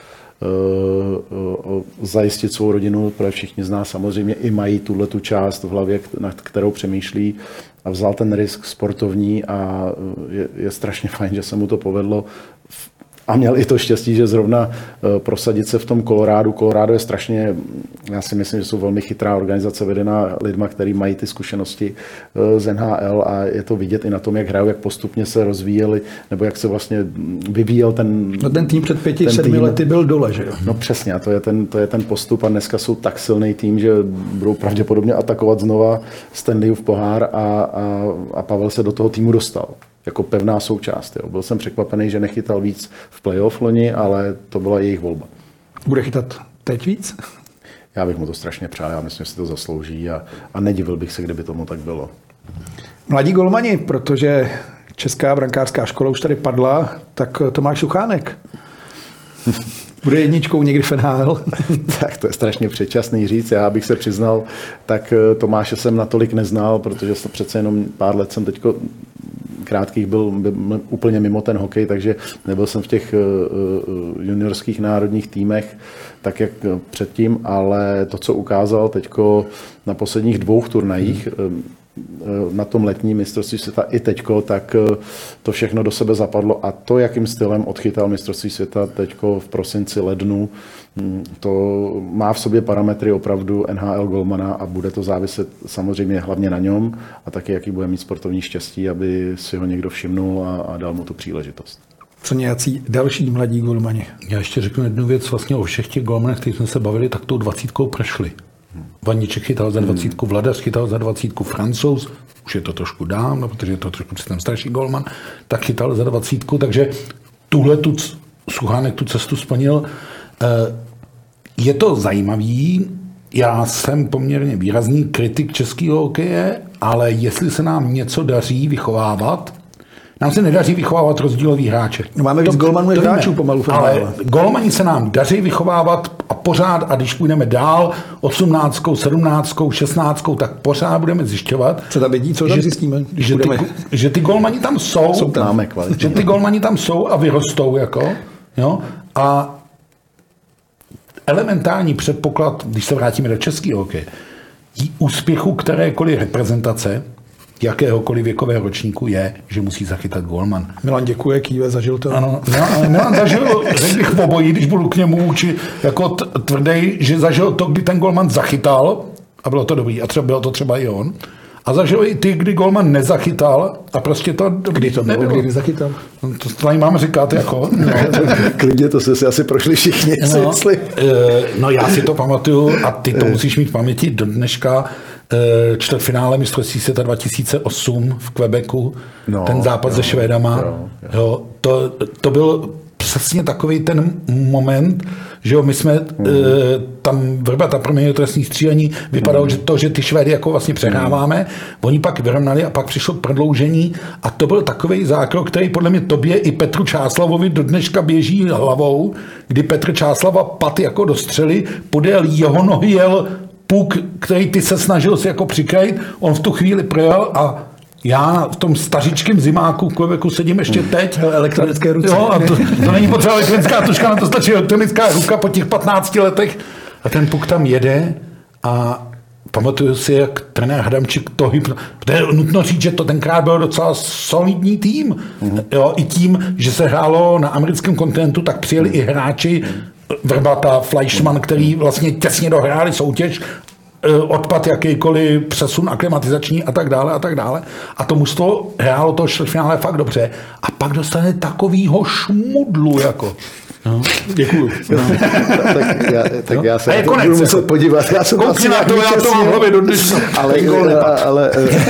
zajistit svou rodinu, protože všichni z nás samozřejmě i mají tu část v hlavě, nad kterou přemýšlí, a vzal ten risk sportovní a je strašně fajn, že se mu to povedlo. A měl i to štěstí, že zrovna prosadit se v tom Kolorádu. Kolorádo je strašně, já si myslím, že jsou velmi chytrá organizace vedená lidma, kteří mají ty zkušenosti z NHL a je to vidět i na tom, jak hrajou, jak postupně se rozvíjeli, nebo jak se vlastně vyvíjel ten... No ten tým před 5-7 lety byl dole, že jo? No přesně, a to je ten postup a dneska jsou tak silný tým, že budou pravděpodobně atakovat znova Stanleyův pohár a Pavel se do toho týmu dostal. Jako pevná součást. Jo. Byl jsem překvapený, že nechytal víc v playoff loni, ale to byla jejich volba. Bude chytat teď víc? Já bych mu to strašně přál, já myslím, že si to zaslouží a nedivil bych se, kdyby tomu tak bylo. Mladí golmani, protože česká brankářská škola už tady padla, tak Tomáš Suchánek. Bude jedničkou někdy v NHL? Tak to je strašně předčasný říct. Já bych se přiznal, tak Tomáše jsem natolik neznal, protože to přece jenom pár let jsem teďko krátkých byl úplně mimo ten hokej, takže nebyl jsem v těch juniorských národních týmech tak, jak předtím, ale to, co ukázal teďko na posledních 2 turnajích, na tom letním mistrovství světa i teďko, tak to všechno do sebe zapadlo a to, jakým stylem odchytal mistrovství světa teďko v prosinci, lednu, to má v sobě parametry opravdu NHL golmana a bude to záviset samozřejmě hlavně na něm a taky, jaký bude mít sportovní štěstí, aby si ho někdo všimnul a dal mu tu příležitost. Co nějací další mladí golmani? Já ještě řeknu jednu věc, vlastně o všech těch golmanech, kterých jsme se bavili, tak tou 20 prošli. Vaníček chytal za 20, Vladař chytal za 20, Francouz, už je to trošku dávno, protože je to trošku ten starší golman, tak chytal za 20, takže Suchánek tu cestu splnil. Je to zajímavý, já jsem poměrně výrazný kritik českého hokeje, ale jestli se nám něco daří vychovávat, nám se nedaří vychovávat rozdílový hráče. No máme víc golmanů než hráčů pomalu. Ale golmani se nám daří vychovávat a pořád, a když půjdeme dál, 18, 17, 16, tak pořád budeme zjišťovat. Co tam vidí, co tam zjistíme? Že ty golmani tam jsou. Že ty golmani tam jsou a vyrostou, jako. Jo? A elementární předpoklad, když se vrátíme do českého hokeje, úspěchu kterékoliv reprezentace, jakéhokoliv věkového ročníku je, že musí zachytat golman. Milan děkuje, kýve, zažil to. Ano, Milan zažil, řekl bych v obojí, když budu k němu či jako tvrdej, že zažil to, kdy ten golman zachytal a bylo to dobrý a bylo to třeba i on. A zažil i ty, kdy golman nezachytal a prostě to... Kdy to bylo, kdy nezachytal? To tady mám říkat jako... No. Klidně, to se si asi prošli všichni. No já si to pamatuju a ty to musíš mít v paměti do dneška. Čtvrtfinále mistrovství světa 2008 v Quebecu, ten zápas se Švédama. Jo, to byl přesně takový ten moment, že jo, my jsme tam Vrbata proměnil trestní střílení, vypadalo, že ty Švédy jako vlastně přehráváme, oni pak vyrovnali a pak přišlo prodloužení a to byl takový zákrok, který podle mě tobě i Petru Čáslavovi do dneška běží hlavou, kdy Petr Čáslava pat jako do střely, podél jeho nohy jel puk, který ty se snažil si jako přikrýt, on v tu chvíli projel a já v tom stařičkém zimáku v Quebecu sedím ještě teď. Elektronické ruce. Jo, a to není potřeba elektronická tuška, na to stačí elektronická ruka po těch 15 letech. A ten puk tam jede a pamatuju si, jak trenér Hadamčík to protože je nutno říct, že to tenkrát byl docela solidní tým. Jo, i tím, že se hrálo na americkém kontinentu, tak přijeli i hráči Vrbata, Fleischmann, který vlastně těsně dohráli soutěž, odpad jakýkoliv přesun aklimatizační a tak dále a tak dále. A to mužstvo hrálo to čtvrtfinále fakt dobře. A pak dostane takovýho šmudlu jako. No, děkuju. No. tak já se budu muset podívat. Já jsem koukni na to, já to mám hlavě do dneška. Ale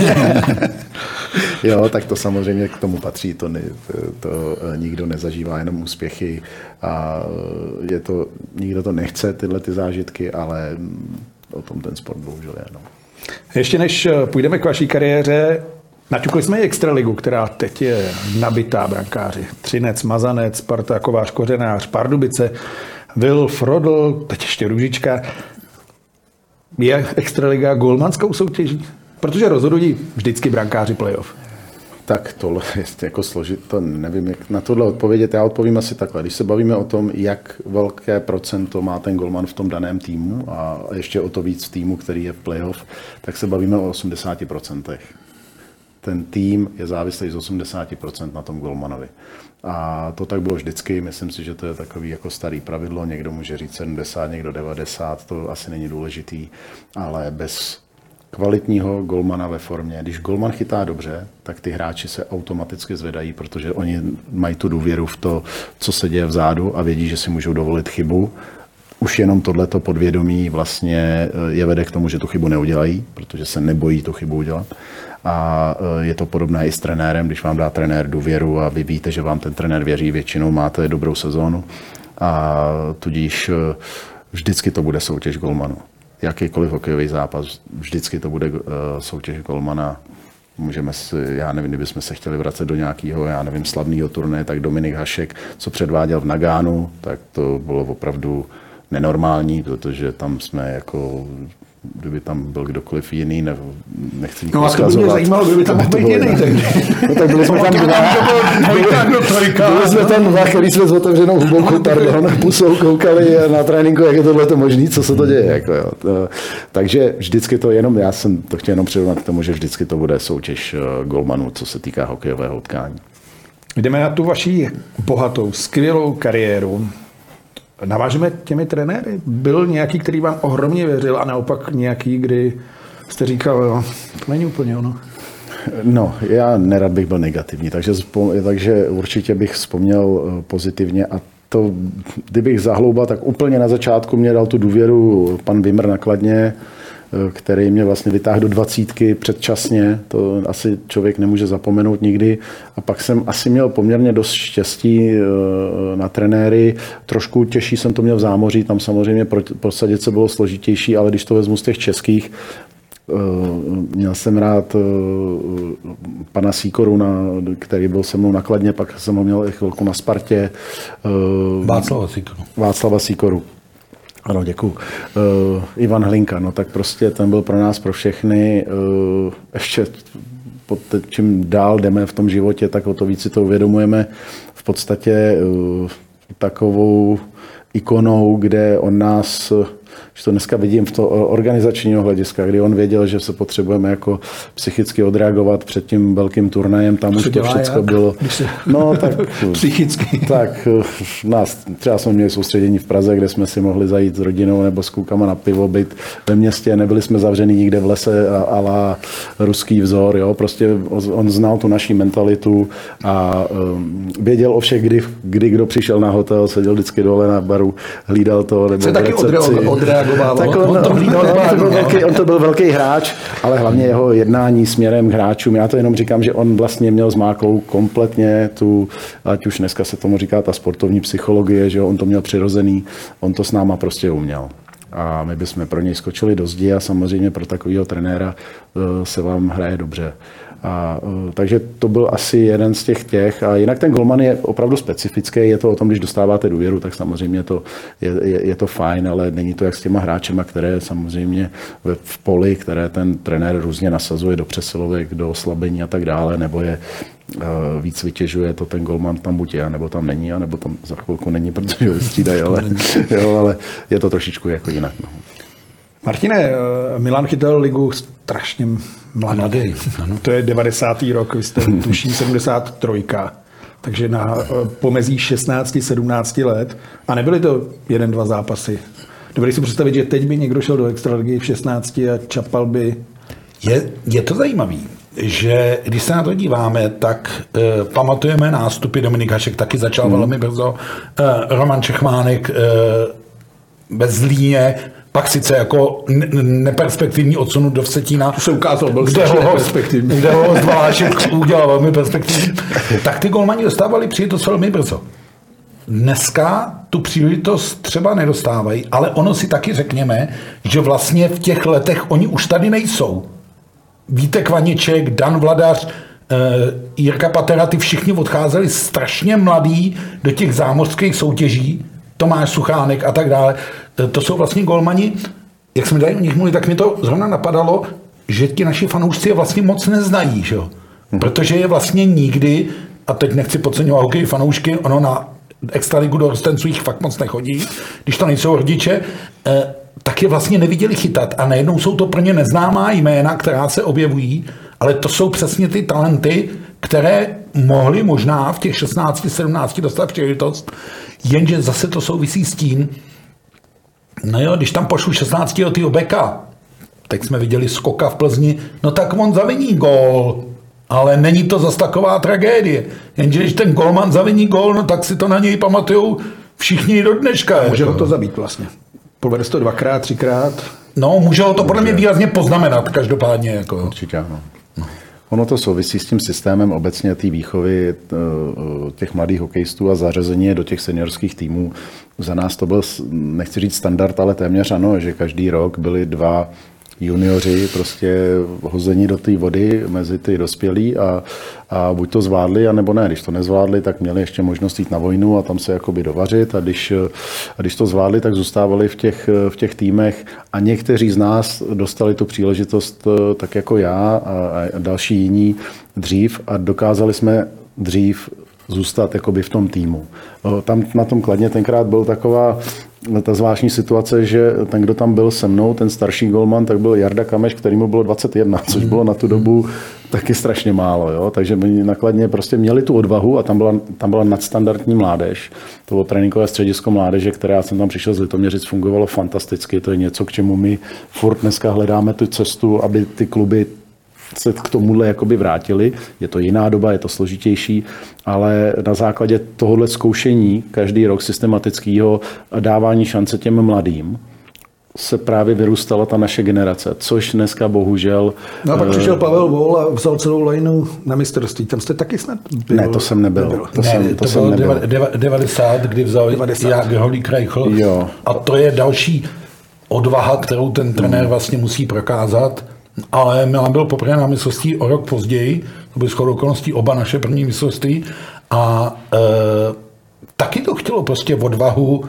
jo, tak to samozřejmě k tomu patří, to nikdo nezažívá jenom úspěchy a nikdo to nechce, tyhle ty zážitky, ale o tom ten sport bohužel je. No. Ještě než půjdeme k vaší kariéře, naťukli jsme i extraligu, která teď je nabitá brankáři. Třinec, Mazanec, Sparta, Kovář, Kořenář, Pardubice, Wilf, Rodl, teď ještě Růžička. Je extraliga golmanskou soutěží? Protože rozhodují vždycky brankáři playoff. Tak tohle je jako složité, nevím, jak na tohle odpovědět. Já odpovím asi takhle. Když se bavíme o tom, jak velké procento má ten golman v tom daném týmu a ještě o to víc v týmu, který je v playoff, tak se bavíme o 80%. Ten tým je závislý z 80% na tom golmanovi. A to tak bylo vždycky. Myslím si, že to je takový jako starý pravidlo. Někdo může říct 70, někdo 90, to asi není důležitý, ale bez kvalitního golmana ve formě. Když golman chytá dobře, tak ty hráči se automaticky zvedají, protože oni mají tu důvěru v to, co se děje vzadu a vědí, že si můžou dovolit chybu. Už jenom tohleto podvědomí vlastně je vede k tomu, že tu chybu neudělají, protože se nebojí tu chybu udělat. A je to podobné i s trenérem, když vám dá trenér důvěru a vy víte, že vám ten trenér věří, většinou máte dobrou sezónu a tudíž vždycky to bude soutěž golmanu. Jakýkoliv hokejový zápas, vždycky to bude soutěž golmana. Můžeme si, já nevím, kdybychom se chtěli vracet do nějakého, slavného turnaje, tak Dominik Hašek, co předváděl v Nagánu, tak to bylo opravdu nenormální, protože tam jsme jako, kdyby tam byl kdokoliv jiný, nechci nikoho zkazovat. No a to by mě zajímalo, kdyby tam mohl být jiný. No tak byli jsme tam dva, který jsme s otevřenou hubou, pusou koukali na tréninku, jak je tohleto možný, co se to děje. Jako, jo. Takže vždycky to jenom, já jsem to chtěl jenom přirovnat k tomu, že vždycky to bude soutěž golmanů, co se týká hokejového utkání. Jdeme na tu vaši bohatou, skvělou kariéru. Navážeme těmi trenéry? Byl nějaký, který vám ohromně věřil a naopak nějaký, kdy jste říkal, jo, to není úplně ono? No, já nerad bych byl negativní, takže určitě bych vzpomněl pozitivně a to, kdybych zahloubal, tak úplně na začátku mě dal tu důvěru pan Vimr na Kladně, který mě vlastně vytáhl do 20 předčasně, to asi člověk nemůže zapomenout nikdy. A pak jsem asi měl poměrně dost štěstí na trenéry. Trošku těžší jsem to měl v Zámoří, tam samozřejmě prosadit se bylo složitější, ale když to vezmu z těch českých, měl jsem rád pana Sýkoru, který byl se mnou na Kladně, pak jsem ho měl i chvilku na Spartě. Václava Sýkoru. Ano, děkuju. Ivan Hlinka, no tak prostě ten byl pro nás, pro všechny. Ještě čím dál jdeme v tom životě, tak o to víc si to uvědomujeme. V podstatě takovou ikonou, kde on nás, že to dneska vidím v to organizačního hlediska, kdy on věděl, že se potřebujeme jako psychicky odreagovat před tím velkým turnajem, tam už to všechno bylo. No tak psychicky. Tak nás, třeba jsme měli soustředění v Praze, kde jsme si mohli zajít s rodinou nebo s klukama na pivo, být ve městě, nebyli jsme zavřený nikde v lese a la ruský vzor, jo, prostě on znal tu naší mentalitu a věděl o všech, kdy kdo přišel na hotel, seděl vždycky dole na baru, hlídal to, nebo se taky odreagoval. Tak on to byl velký hráč, ale hlavně jeho jednání směrem k hráčům. Já to jenom říkám, že on vlastně měl zmáklou kompletně tu, ať už dneska se tomu říká ta sportovní psychologie, že on to měl přirozený, on to s náma prostě uměl. A my bychom pro něj skočili do zdi a samozřejmě pro takového trenéra se vám hraje dobře. Takže to byl asi jeden z těch. A jinak ten golman je opravdu specifický. Je to o tom, když dostáváte důvěru, tak samozřejmě je to fajn, ale není to jak s těma hráčema, které samozřejmě v poli, které ten trenér různě nasazuje do přesilovek, do oslabení a tak dále, nebo je víc vytěžuje, to ten golman tam buď je, nebo tam není, nebo tam za chvilku není, protože ho střídají, ale je to trošičku jako jinak. No. Martine, Milan chytal ligu strašně mladý. To je 90. rok, vy jste tuší 73. Takže na pomezí 16-17 let. A nebyly to 1-2 zápasy. Dovedli si představit, že teď by někdo šel do extraligy v 16 a čapal by... Je to zajímavý, že když se na to díváme, tak pamatujeme nástupy. Dominik Hašek taky začal velmi brzo. Roman Čechmánek ve Zlíně, pak sice jako neperspektivní odsunut do Vsetína. To se ukázalo, byl strašně neperspektivní. Kde ho Zvalášek udělal velmi perspektivní. Tak ty golmani dostávali příležitost velmi brzo. Dneska tu příležitost třeba nedostávají, ale ono si taky řekněme, že vlastně v těch letech oni už tady nejsou. Vítek Vaniček, Dan Vladař, Jirka Patera, ty všichni odcházeli strašně mladí do těch zámořských soutěží, Tomáš Suchánek a tak dále. To jsou vlastně golmani, jak jsme tady o nich mluvili, tak mi to zrovna napadalo, že ti naši fanoušci je vlastně moc neznají, že jo? Protože je vlastně nikdy, a teď nechci podceňovat hokej fanoušky, ono na extraligu do Rostenců jich fakt moc nechodí, když to nejsou rodiče, tak je vlastně neviděli chytat a najednou jsou to pro ně neznámá jména, která se objevují, ale to jsou přesně ty talenty, které mohly možná v těch 16-17 dostat příležitost, jenže zase to souvisí s tím, no jo, když tam pošlu 16letýho beka, teď jsme viděli Skoka v Plzni, no tak on zaviní gól, ale není to zas taková tragédie. Jenže když ten golman zaviní gól, no tak si to na něj pamatujou všichni do dneška. Může ho to zabít vlastně. Povede to 2x, 3x. No, může ho to podle mě výrazně poznamenat, každopádně. Jako. Určitě, ano. Ono to souvisí s tím systémem obecně té výchovy těch mladých hokejistů a zařazení do těch seniorských týmů. Za nás to byl, nechci říct standard, ale téměř ano, že každý rok byli 2 junioři prostě hození do té vody mezi ty dospělí a buď to zvládli, anebo ne. Když to nezvládli, tak měli ještě možnost jít na vojnu a tam se jakoby dovařit a když to zvládli, tak zůstávali v těch týmech a někteří z nás dostali tu příležitost tak jako já a další jiní dřív a dokázali jsme dřív zůstat jakoby v tom týmu. Tam na tom Kladně tenkrát byl taková ta zvláštní situace, že ten, kdo tam byl se mnou, ten starší golman, tak byl Jarda Kameš, kterýmu bylo 21, což bylo na tu dobu taky strašně málo. Jo? Takže my na Kladně prostě měli tu odvahu a tam byla nadstandardní mládež. To bylo tréninkové středisko mládeže, které já jsem tam přišel z Litoměřic, fungovalo fantasticky. To je něco, k čemu my furt dneska hledáme tu cestu, aby ty kluby se k tomuhle jakoby vrátili. Je to jiná doba, je to složitější, ale na základě tohohle zkoušení každý rok systematického dávání šance těm mladým se právě vyrůstala ta naše generace, což dneska bohužel... No a pak přišel Pavel Vol a vzal celou lajnu na mistrovství. Tam jste taky snad byl? Ne, to jsem nebyl. To byl 90, kdy vzal Jágr Holík Reichl. A to je další odvaha, kterou ten trenér vlastně musí prokázat. Ale Milan byl poprvé na mistrovství o rok později, to byly shodou okolností oba naše první mistrovství a taky to chtělo prostě odvahu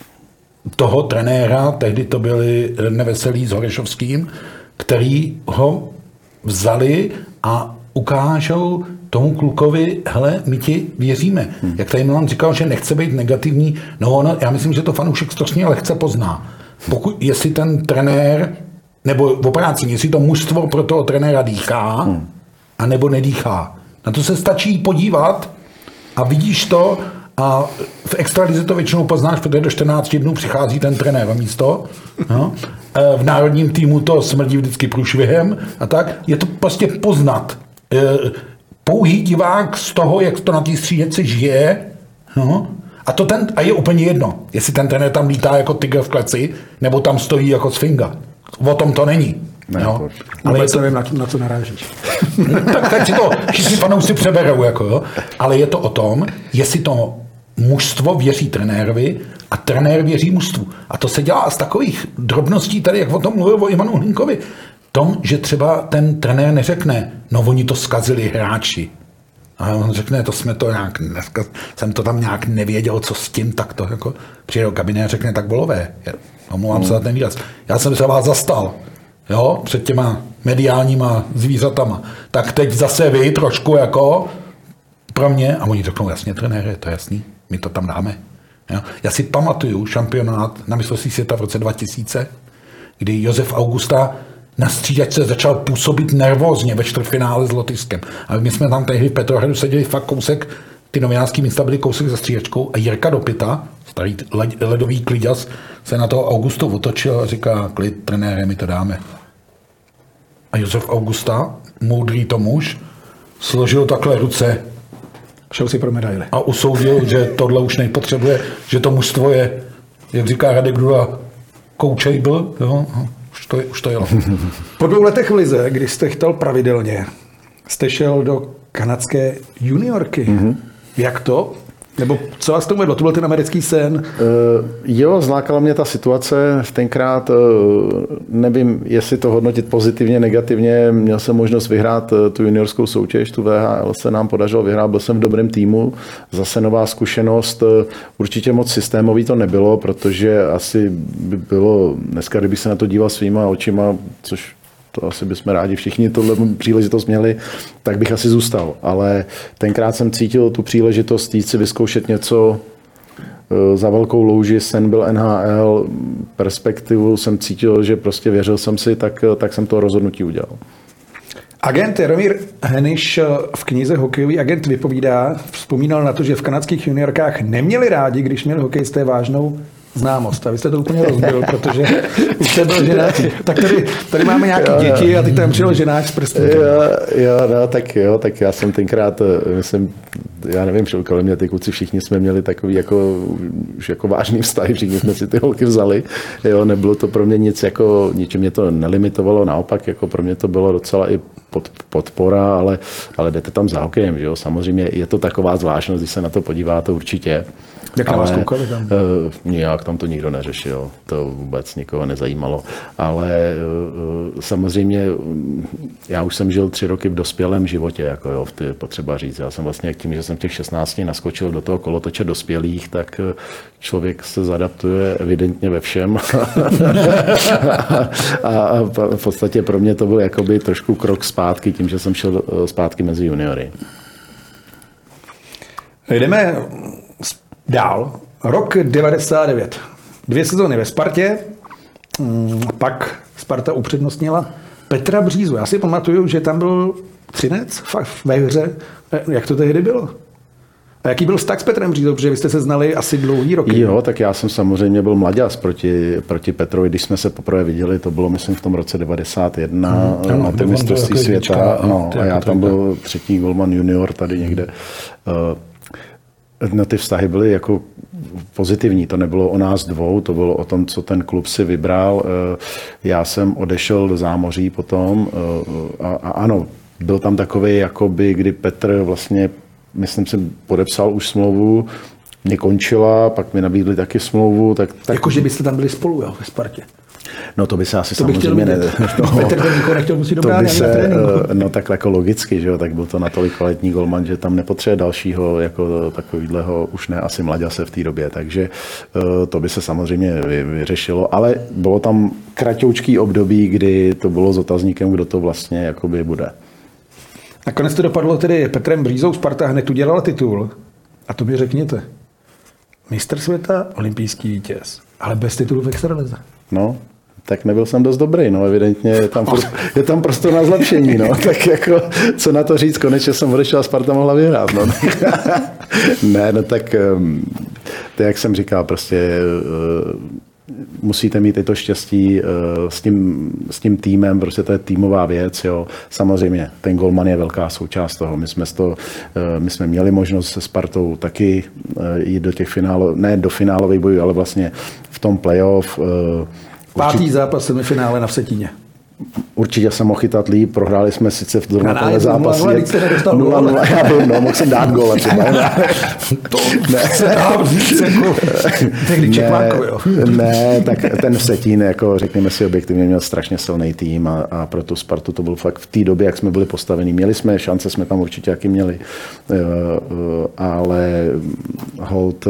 toho trenéra, tehdy to byli Neveselí s Horešovským, který ho vzali a ukážou tomu klukovi, hele, my ti věříme. Jak tady Milan říkal, že nechce být negativní, já myslím, že to fanoušek strašně lehce pozná. Jestli ten trenér, nebo v operácích, jestli to mužstvo pro toho trenéra dýchá, anebo nedýchá. Na to se stačí podívat a vidíš to a v extralize to většinou poznáš, protože do 14 dnů přichází ten trenér a místo. No. V národním týmu to smrdí vždycky průšvihem a tak. Je to prostě poznat. Pouhý divák z toho, jak to na té střídečce žije, no. A je úplně jedno, jestli ten trenér tam lítá jako tygr v kleci, nebo tam stojí jako sfinga. O tom to není. Ne, no. Ale je to, nevím, na co narážíš. tak si to všichni fanoušci přeberou. Jo. Ale je to o tom, jestli to mužstvo věří trenérovi a trenér věří mužstvu. A to se dělá z takových drobností tady, jak o tom mluvil o Ivanu Hlinkovi. Tom, že třeba ten trenér neřekne, no oni to zkazili hráči. A on řekne, jsem to tam nějak nevěděl, co s tím, tak to jako přijde do kabiny a řekne, tak volové. Omlouvám se za ten výraz. Já jsem se vás zastal, jo, před těma mediálníma zvířatama. Tak teď zase vy trošku jako pro mě, a oni řeknou, jasně, trenére, to je jasný, my to tam dáme. Jo. Já si pamatuju šampionát na mistrovství světa v roce 2000, kdy Josef Augusta na střídačce začal působit nervózně ve čtvrtfinále s Lotyšskem. A my jsme tam tehdy v Petrohradu seděli fakt kousek, ty novinářský místa byly kousek za střídačkou a Jirka Dopita, starý ledový kliďas, se na toho Augustu otočil a říká, klid, trenére, my to dáme. A Josef Augusta, moudrý to muž, složil takhle ruce. Šel si pro medaili. A usoudil, že tohle už nepotřebuje, že to mužstvo je, jak říká Radek Dula, coachable, jo. Už to jelo. Po 2 letech v lize, kdy jste chtal pravidelně, jste šel do kanadské juniorky. Jak to? Nebo co vás tomu vedlo? To byl ten americký sen? Jo, zlákala mě ta situace. Tenkrát nevím, jestli to hodnotit pozitivně, negativně. Měl jsem možnost vyhrát tu juniorskou soutěž, tu VHL se nám podařilo vyhrát. Byl jsem v dobrém týmu. Zase nová zkušenost. Určitě moc systémový to nebylo, protože asi by bylo, dneska kdybych se na to díval svýma očima, což to asi bychom rádi všichni tohle příležitost měli, tak bych asi zůstal. Ale tenkrát jsem cítil tu příležitost jít si vyzkoušet něco za velkou louži, sen byl NHL, perspektivu jsem cítil, že prostě věřil jsem si, tak jsem to rozhodnutí udělal. Agent Jaromír Heniš v knize Hokejový agent vypovídá, vzpomínal na to, že v kanadských juniorkách neměli rádi, když měli hokejisté vážnou známost. A vy jste to úplně rozbil, protože už jste byl ženáč. Tak tady máme nějaké děti a teď tam přijel ženáč s prstem. Tak já jsem tenkrát, já nevím, že kolem mě ty kluci všichni jsme měli takový už jako vážný vztahy, všichni jsme si ty holky vzali. Jo, nebylo to pro mě nic jako, ničím mě to nelimitovalo, naopak jako pro mě to bylo docela i podpora, ale jdete tam za hokejem, že jo. Samozřejmě je to taková zvláštnost, když se na to podíváte určitě. Jak na vás koukali tam? Nijak tam to nikdo neřešil, to vůbec nikoho nezajímalo. Ale samozřejmě já už jsem žil 3 roky v dospělém životě, jako jo, potřeba říct. Já jsem vlastně tím, že jsem v těch 16 naskočil do toho kolotoče dospělých, tak člověk se zadaptuje evidentně ve všem. a v podstatě pro mě to byl jakoby trošku krok zpátky, tím, že jsem šel zpátky mezi juniory. Jdeme dál. Rok 99. 2 sezóny ve Spartě, pak Sparta upřednostnila Petra Břízu. Já si pamatuju, že tam byl Třinec ve hře. Jak to tehdy bylo? A jaký byl vztah s Petrem Břízou? Protože vy jste se znali asi dlouhý roky. Jo, tak já jsem samozřejmě byl mladěz proti Petrovi, když jsme se poprvé viděli, to bylo myslím v tom roce 91 na tom mistrovství světa. A já tam byl 3. golman junior tady někde. No, ty vztahy byly jako pozitivní, to nebylo o nás dvou, to bylo o tom, co ten klub si vybral. Já jsem odešel do zámoří potom a ano, byl tam takový, jakoby, kdy Petr vlastně, myslím si, podepsal už smlouvu, mě končila, pak mi nabídli taky smlouvu. Tak... Jakože byste tam byli spolu, jo, ve Spartě? No to by se asi samozřejmě Petr to nikoho nechtěl musí dobrát na tréninku. No tak jako logicky, že jo, tak byl to natolik kvalitní golman, že tam nepotřebuje dalšího jako takovýhleho, už ne asi mladěse v té době, takže to by se samozřejmě vyřešilo, ale bylo tam kratoučký období, kdy to bylo s otazníkem, kdo to vlastně jakoby bude. Nakonec to dopadlo tedy Petrem Břízou, Sparta hned udělala titul. A to mi řekněte. Mistr světa, olympijský vítěz, ale bez titulu v extralize. No, tak nebyl jsem dost dobrý, no evidentně je tam prostor na zlepšení, no, tak jako, co na to říct, konečně jsem odešel a Sparta mohla vyhrát, no. Ne, no tak, jak jsem říkal, prostě musíte mít i to štěstí s tím týmem, prostě to je týmová věc, jo. Samozřejmě, ten golman je velká součást toho. My jsme měli možnost se Spartou taky jít do těch ne do finálových bojů, ale vlastně v tom playoff. Pátý zápas semifinále na Vsetíně. Určitě jsem mohl chytat líp, prohráli jsme sice v druhém zápase. 0-0, mohl jsem dát gól. Ne, tak ten Vsetín, jako řekněme si objektivně, měl strašně silný tým a pro tu Spartu to byl fakt v té době, jak jsme byli postavení. Měli jsme šance, jsme tam určitě jaký měli, ale hold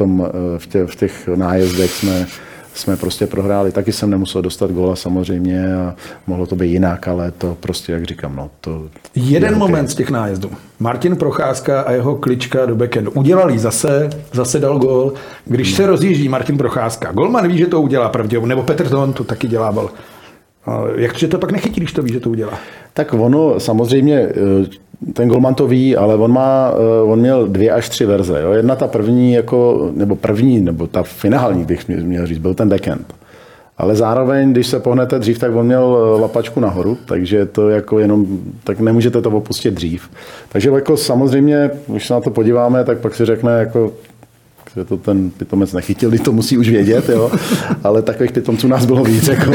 v těch nájezdech jsme prostě prohráli. Taky jsem nemusel dostat góla samozřejmě a mohlo to být jinak, ale to prostě, jak říkám, no to... Jeden moment z těch nájezdů. Martin Procházka a jeho klička do backendu. Udělali zase dal gól. Když se rozjíždí Martin Procházka, golman ví, že to udělá pravděpodobně, nebo Petr Ton to taky dělával. Jak to pak nechytí, když to ví, že to udělá? Tak ono samozřejmě, ten golman to ví, ale on měl 2 až 3 verze. Jo? Jedna ta první, nebo ta finální, bych měl říct, byl ten backhand. Ale zároveň, když se pohnete dřív, tak on měl lapačku nahoru, takže to jako jenom, tak nemůžete to opustit dřív. Takže jako samozřejmě, když se na to podíváme, tak pak si řekne, jako, že to ten pitomec nechytil, když to musí už vědět, jo. Ale takových pitomců nás bylo víc, jako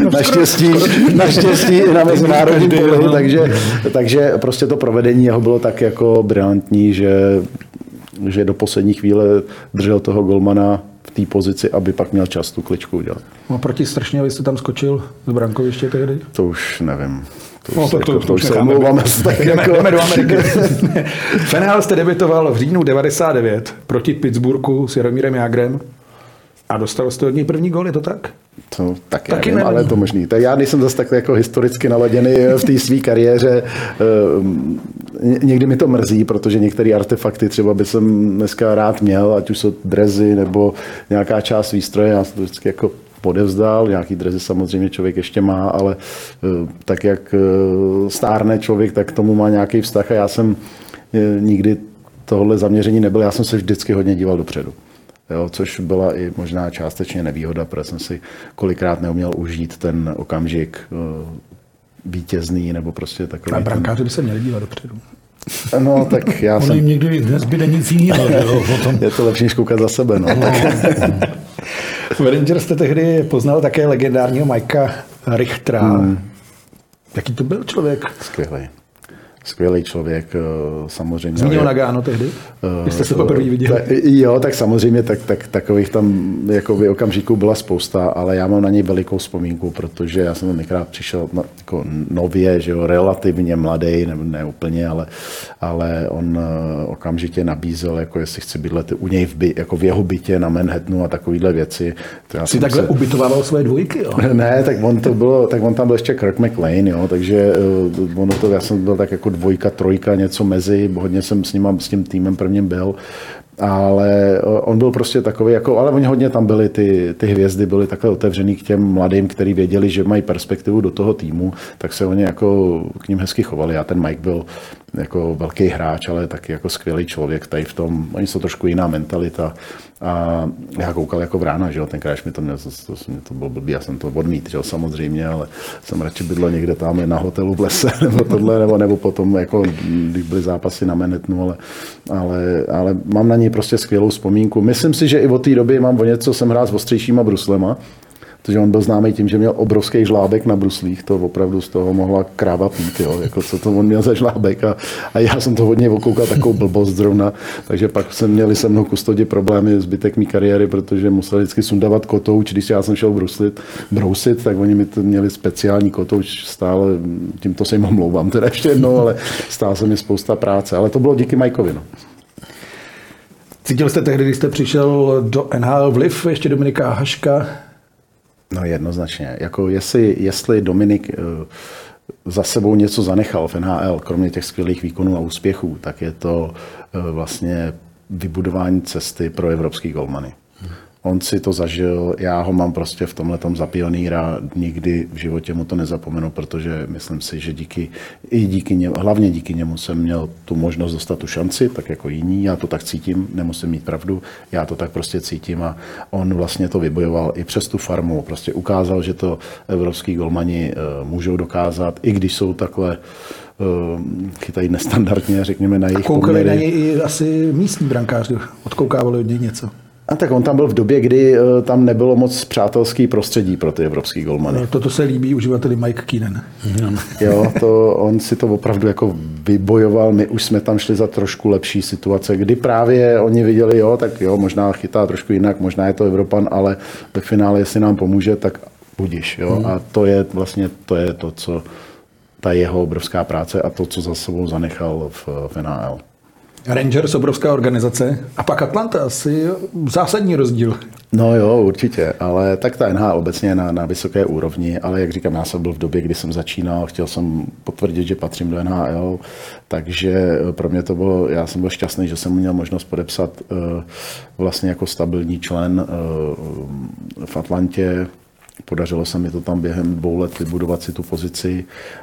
naštěstí i na mezinárodním poli, takže prostě to provedení jeho bylo tak jako brilantní, že do poslední chvíle držel toho golmana v té pozici, aby pak měl čas tu kličku udělat. No, proti Strašňovi jste tam skočil z brankoviště tehdy? To už nevím. To už se omlouváme. Jdeme do Ameriky. Fenhal jste debitoval v říjnu 99 proti Pittsburghu s Jaromírem Jágrem a dostal jste od něj první gól, je to tak? To taky nevím, ale je to možný. Tak já nejsem zase tak jako historicky naladěný v té své kariéře. Někdy mi to mrzí, protože některé artefakty třeba by jsem dneska rád měl, ať už jsou drezy nebo nějaká část výstroje. Já to vždycky jako podevzdal, nějaký drezy samozřejmě člověk ještě má, ale tak jak stárne člověk, tak k tomu má nějaký vztah a já jsem nikdy tohle zaměření nebyl, já jsem se vždycky hodně díval dopředu. Jo, což byla i možná částečně nevýhoda, protože jsem si kolikrát neuměl užít ten okamžik vítězný nebo prostě takový. A brankáři by se měli dívat dopředu. No, tak já jsem... Jim nikdy nezbyde nic jiného. Je to lepší než koukat za sebe. No. V Rangers jste tehdy poznal také legendárního Mikea Richtera. Jaký to byl člověk? Skvělý člověk, samozřejmě. Zmínil Nagano tehdy? Jste se poprvé viděli? Jo, tak samozřejmě takových tam jakoby okamžiků byla spousta, ale já mám na něj velikou vzpomínku, protože já jsem tenkrát přišel jako nově, že jo, relativně mladý, ne úplně, ale on okamžitě nabízel, jako jestli chci bydlet u něj jako v jeho bytě na Manhattanu a takovýhle věci. Jsi takhle ubytovával své dvojky, jo? Ne, tak on tam byl ještě Kirk McLean, jo, takže já jsem byl tak jako 2, 3, něco mezi, hodně jsem s tím týmem prvním byl, ale on byl prostě takový, jako, ale oni hodně tam byli, ty hvězdy byly takhle otevřený k těm mladým, kteří věděli, že mají perspektivu do toho týmu, tak se oni jako k ním hezky chovali. A ten Mike byl jako velký hráč, ale taky jako skvělý člověk tady v tom, oni jsou trošku jiná mentalita. A já koukal jako vrána, že jo, tenkrát, když mi to měl, to bylo blbý, já jsem to odmít, že jo, samozřejmě, ale jsem radši bydlel někde tam na hotelu v lese, nebo tohle, nebo potom, jako, když byly zápasy na Manhattanu, ale mám na něj prostě skvělou vzpomínku. Myslím si, že i od té doby mám o něco, jsem hrál s ostřejšíma bruslema, protože on byl známý tím, že měl obrovský žlábek na bruslích, to opravdu z toho mohla kráva pít, jo, jako co to on měl za žlábek a já jsem to hodně okoukal, takovou blbost zrovna, takže pak měli se mnou kustodi problémy zbytek mý kariéry, protože museli vždycky sundavat kotouč, když já jsem šel brousit, tak oni mi měli speciální kotouč, stále, tímto se jim omlouvám teda ještě jednou, ale stále se mi spousta práce, ale to bylo díky Mikeovi, no. Cítil jste tehdy, když jste přišel do NHL vliv ještě Dominika Haška? No jednoznačně. Jako jestli Dominik za sebou něco zanechal v NHL, kromě těch skvělých výkonů a úspěchů, tak je to vlastně vybudování cesty pro evropský golmany. On si to zažil, já ho mám prostě v tomhletom za pionýra, nikdy v životě mu to nezapomenu, protože myslím si, že hlavně díky němu jsem měl tu možnost dostat tu šanci, tak jako jiní, já to tak cítím, nemusím mít pravdu, já to tak prostě cítím a on vlastně to vybojoval i přes tu farmu, prostě ukázal, že to evropský golmani můžou dokázat, i když jsou takhle chytají nestandardně, řekněme, na jejich poměry. Koukali na něj i asi místní brankáři, odkoukávali od něj něco. A tak on tam byl v době, kdy tam nebylo moc přátelský prostředí pro ty evropský golmany. No, toto se líbí uživateli Mike Keenan. Jo, on si to opravdu jako vybojoval. My už jsme tam šli za trošku lepší situace, kdy právě oni viděli, tak možná chytá trošku jinak, možná je to Evropan, ale ve finále, jestli nám pomůže, tak budiš. Jo? A to je to, co ta jeho obrovská práce a to, co za sebou zanechal v NHL. Rangers, obrovská organizace, a pak Atlanta, asi zásadní rozdíl. No jo, určitě, ale tak ta NHL obecně je na vysoké úrovni, ale jak říkám, já jsem byl v době, kdy jsem začínal, chtěl jsem potvrdit, že patřím do NHL, takže pro mě to bylo, já jsem byl šťastný, že jsem měl možnost podepsat vlastně jako stabilní člen v Atlantě. Podařilo se mi to tam během 2 let vybudovat si tu pozici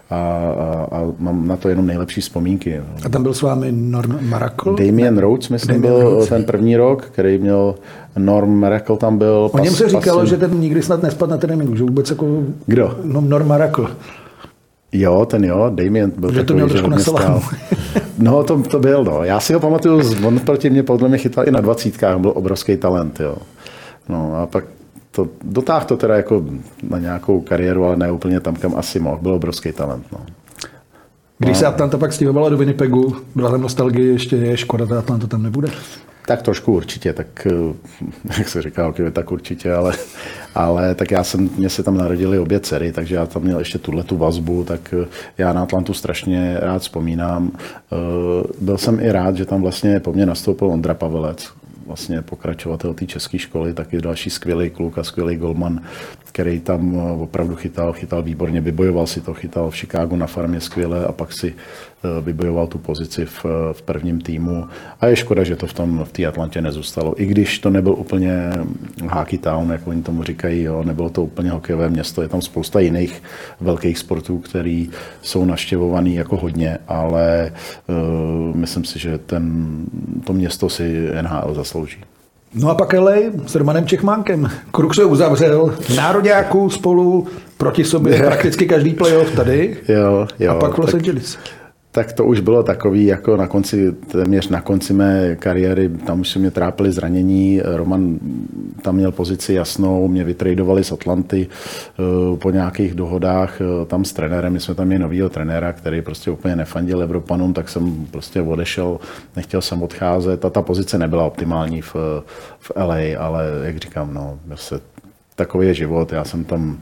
a mám na to jenom nejlepší vzpomínky. A tam byl s vámi Norm Maracle? Damien Rhodes, myslím, byl ten první rok, který měl Norm Maracle tam byl. O něm se říkalo, že ten nikdy snad nespadl na tréninku, že vůbec jako... Kdo? No, Norm Maracle. Jo, Damien byl že takový, to měl trošku na salámu. No, to byl, no. Já si ho pamatuju, on proti mě podle mě chytal i na 20, byl obrovský talent, jo. No a pak dotáhl to teda jako na nějakou kariéru, ale ne úplně tam, kam asi mohl. Byl obrovský talent. No. Když se Atlanta pak stěhovala do Winnipegu, byla tam nostalgie, ještě je škoda, že Atlanta tam nebude? Tak trošku určitě, tak jak se říká, tak určitě, ale tak mě se tam narodily obě dcery, takže já tam měl ještě tu vazbu, tak já na Atlantu strašně rád vzpomínám. Byl jsem i rád, že tam vlastně po mně nastoupil Ondra Pavelec, vlastně pokračovatel té české školy, taky další skvělý kluk a skvělý golman, který tam opravdu chytal výborně, vybojoval si to, chytal v Chicagu na farmě skvěle a pak si vybojoval tu pozici v prvním týmu. A je škoda, že to v té Atlantě nezůstalo. I když to nebyl úplně hockey town, jak oni tomu říkají, nebylo to úplně hokejové město, je tam spousta jiných velkých sportů, které jsou navštěvovaný jako hodně, ale myslím si, že to město si NHL zaslouží. No a pak LA s Romanem Čechmánkem. Kruh se uzavřel, nároďáků spolu proti sobě, prakticky každý playoff tady. Jo, a pak v Los Angeles. Tak to už bylo takový, jako téměř na konci mé kariéry, tam už se mě trápily zranění, Roman tam měl pozici jasnou, mě vytradovali z Atlanty po nějakých dohodách tam s trenérem, my jsme tam měli novýho trenéra, který prostě úplně nefandil Evropanům, tak jsem prostě odešel, nechtěl jsem odcházet a ta pozice nebyla optimální v LA, ale jak říkám, takový je život, já jsem tam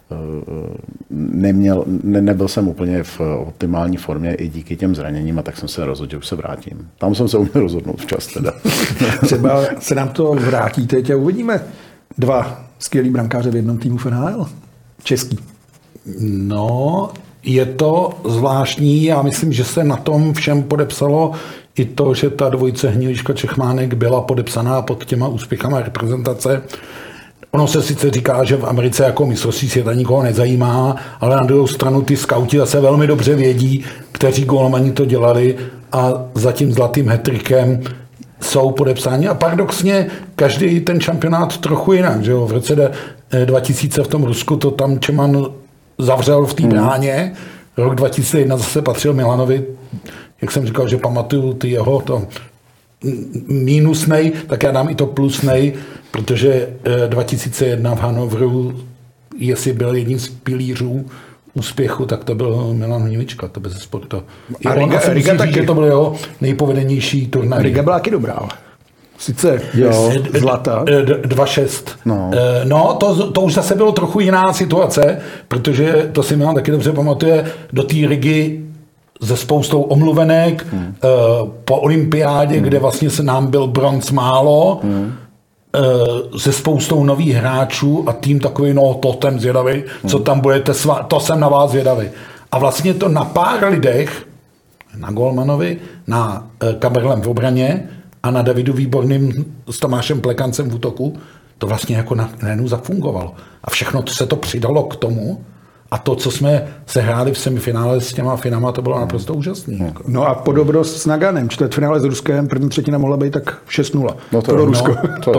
nebyl jsem úplně v optimální formě i díky těm zraněním a tak jsem se rozhodl, že už se vrátím. Tam jsem se uměl rozhodnout včas teda. Třeba se nám to vrátí teď a uvidíme 2 skvělý brankáře v jednom týmu v NHL. Český. No, je to zvláštní, já myslím, že se na tom všem podepsalo i to, že ta dvojice Hnilička Čechmánek byla podepsaná pod těma úspěchama reprezentace. Ono se sice říká, že v Americe jako mistrovství světa nikoho nezajímá, ale na druhou stranu ty skauti zase velmi dobře vědí, kteří gólmani to dělali a za tím zlatým hat-trickem jsou podepsáni. A paradoxně každý ten šampionát trochu jinak. Že jo? V roce 2000 v tom Rusku to tam Čeman zavřel v té bráně. Rok 2001 zase patřil Milanovi. Jak jsem říkal, že pamatuju ty jeho to mínusnej, tak já dám i to plusnej, protože 2001 v Hannoveru, jestli byl jedním z pilířů úspěchu, tak to byl Milan Hnilička, to bez sportu. A Riga taky, že to byl jeho nejpovedenější turnaj. Riga byla taky dobrá. Sice zlata. 2-6. No, to už zase bylo trochu jiná situace, protože to si Milan taky dobře pamatuje, do té Rigy se spoustou omluvenek, po olympiádě, kde vlastně se nám byl bronz málo, se spoustou nových hráčů a tým takový, totem zvědavý, co tam budete, to jsem na vás zvědavý. A vlastně to na pár lidech, na Golmanovi, na Kaberlem v obraně a na Davidu Výborným s Tomášem Plekancem v útoku, to vlastně jako najednou zafungovalo. A všechno se to přidalo k tomu, a to, co jsme se hráli v semifinále s těma Finama, to bylo naprosto úžasné. Jako. No a podobnost s Naganem. Čtvrtfinále s Ruskem, první třetina mohla být tak 6-0 pro Rusko.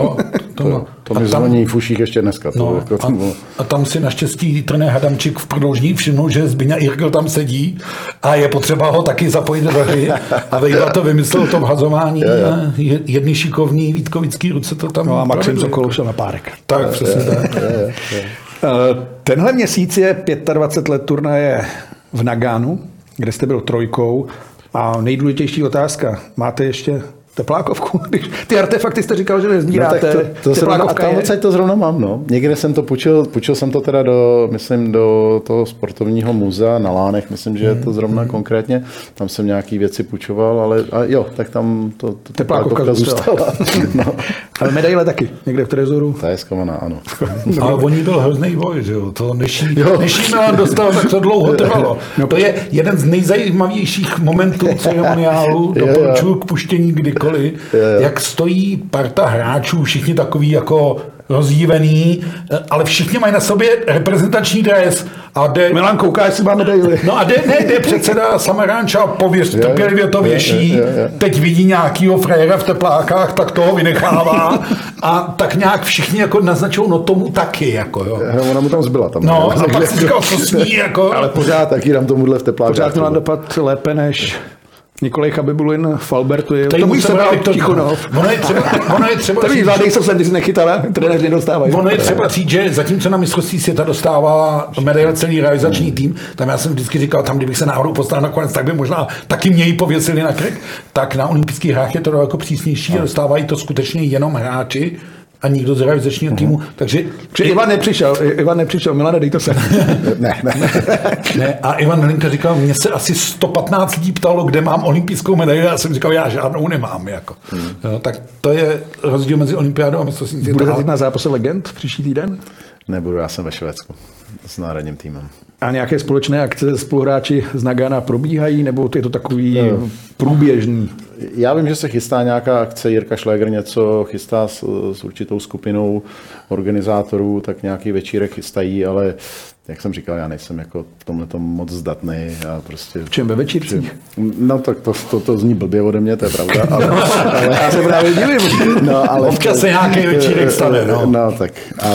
To mi zvoní v uších ještě dneska. A tam si naštěstí trenér Hadamčík v prodloužení všimnul, že Zbyňa Irgl tam sedí a je potřeba ho taky zapojit do hry. A Vejva to vymyslel to vhazování. Jedný šikovný Vítkovický ruce to tam... No a Maxim Sokol šel na párek. Tak, přesně tak. Tenhle měsíc je 25 let turnaje v Naganu, kde jste byl trojkou. A nejdůležitější otázka, máte ještě teplákovku? Ty artefakty jste říkal, že nezbíráte. No, a tam odsaď to zrovna mám. No. Někde jsem to půjčil jsem to teda do toho sportovního muzea na Lánech, myslím, že je to zrovna konkrétně. Tam jsem nějaký věci půjčoval, ale jo, tak tam to teplákovka zůstala. No. Ale medaile taky, někde v trezoru. Ta je zkovaná, ano. Ale oni byl hrozný boj, že jo. To než Milan dostal, tak to dlouho trvalo. To je jeden z nejzajímavějších momentů ceremoniálu, doporučuji k puštění kdykoliv, jak stojí parta hráčů, všichni takový jako rozdívený, ale všichni mají na sobě reprezentační dres. A Milan kouká, jestli má medaily. No a jde předseda Samaránča, trpělivě to věší, teď vidí nějakýho frajera v teplákách, tak toho vynechává a tak nějak všichni jako naznačují, no tomu taky, jako jo. Ona mu tam zbyla. Tam, no, a pak si říkal, co smí, jako. Ale pořád taky dám tomuhle v teplákách. Pořád měla dopad lépe než Nikolaj Chabibulin v Albertu. To můj se brali Tichonov. Ono je třeba říct, že jsem se nechytala, trenéři nedostávají. Ono je třeba říct, že zatímco na mistrovství světa dostává medaile celý realizační tým, tam já jsem vždycky říkal, tam kdybych se náhodou postavil nakonec, tak by možná taky mě ji pověsili na krk, tak na olympijských hrách je to daleko přísnější a dostávají to skutečně jenom hráči a nikdo z realizačního týmu, takže Ivan nepřišel, Milane, dej to sem. Ne, a Ivan Nelinka říkal, mně se asi 115 lidí ptalo, kde mám olympijskou medaili, já jsem říkal, já žádnou nemám. Jako. Jo, tak to je rozdíl mezi olympiádou a mistrovstvím světa. Budete na zápase legend příští týden? Nebudu, já jsem ve Švédsku s národním týmem. A nějaké společné akce spoluhráči z Nagana probíhají, nebo je to takový průběžný? Já vím, že se chystá nějaká akce, Jirka Šléger něco chystá s určitou skupinou organizátorů, tak nějaký večírek chystají, ale jak jsem říkal, já nejsem jako v tomhletom moc zdatný. Prostě, v čem, ve večírcích? No tak to zní blbě ode mě, to je pravda. Ale já se právě divím. No, ale občas se nějaký večírek stane. No tak,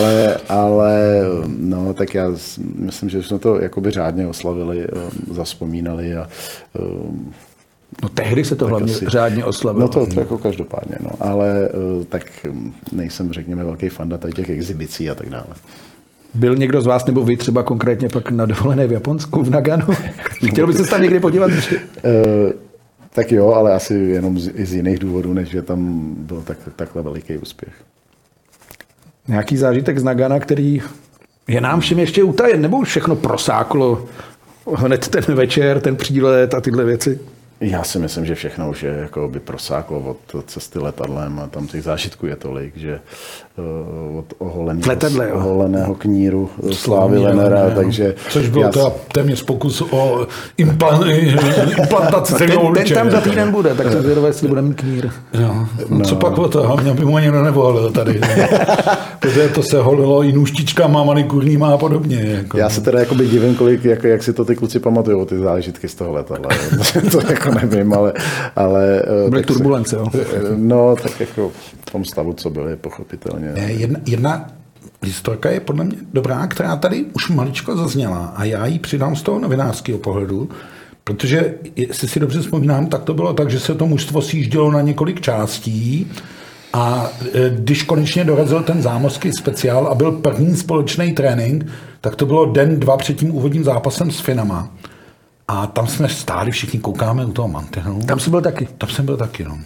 no tak já myslím, že jsme to jakoby řádně oslavili, zavzpomínali a no tehdy se to hlavně řádně oslavilo. No to jako každopádně, no, ale tak nejsem, řekněme, velký fanda tady těch exibicí a tak dále. Byl někdo z vás, nebo vy třeba konkrétně pak na dovolené v Japonsku, v Naganu? Chtěl byste se tam někdy podívat? Tak jo, ale asi jenom z jiných důvodů, než že tam byl takhle veliký úspěch. Nějaký zážitek z Nagana, který je nám všem ještě utajen, nebo už všechno prosáklo hned ten večer, ten přílet a tyhle věci? Já si myslím, že všechno už je jako by prosáklo od cesty letadlem a tam těch zážitků je tolik, že od oholeného kníru Slávy Lenera, takže... Což byl téměř pokus o implantaci celého ten tam za týden bude, tak se zvědové, jestli bude mít knír. No. Co pak o toho? Mě by mu někdo nevolil tady. Protože to se holilo i nůštičkama, manikurníma a podobně. Jako. Já se teda jakoby divím, kolik, jak si to ty kluci pamatujou, ty zážitky z toho letadla. To jako nevím, ale byly turbulence, jo? No, tak jako v tom stavu, co byly, pochopitelně. Jedna historka je podle mě dobrá, která tady už maličko zazněla a já ji přidám z toho novinářského pohledu, protože, jestli si dobře vzpomínám, tak to bylo tak, že se to mužstvo sjíždělo na několik částí a když konečně dorazil ten zámořský speciál a byl první společný trénink, tak to bylo den, dva před tím úvodním zápasem s Finama. A tam jsme stáli, všichni koukáme u toho mantenu. Tam jsi byl taky? Tam jsem byl taky, no.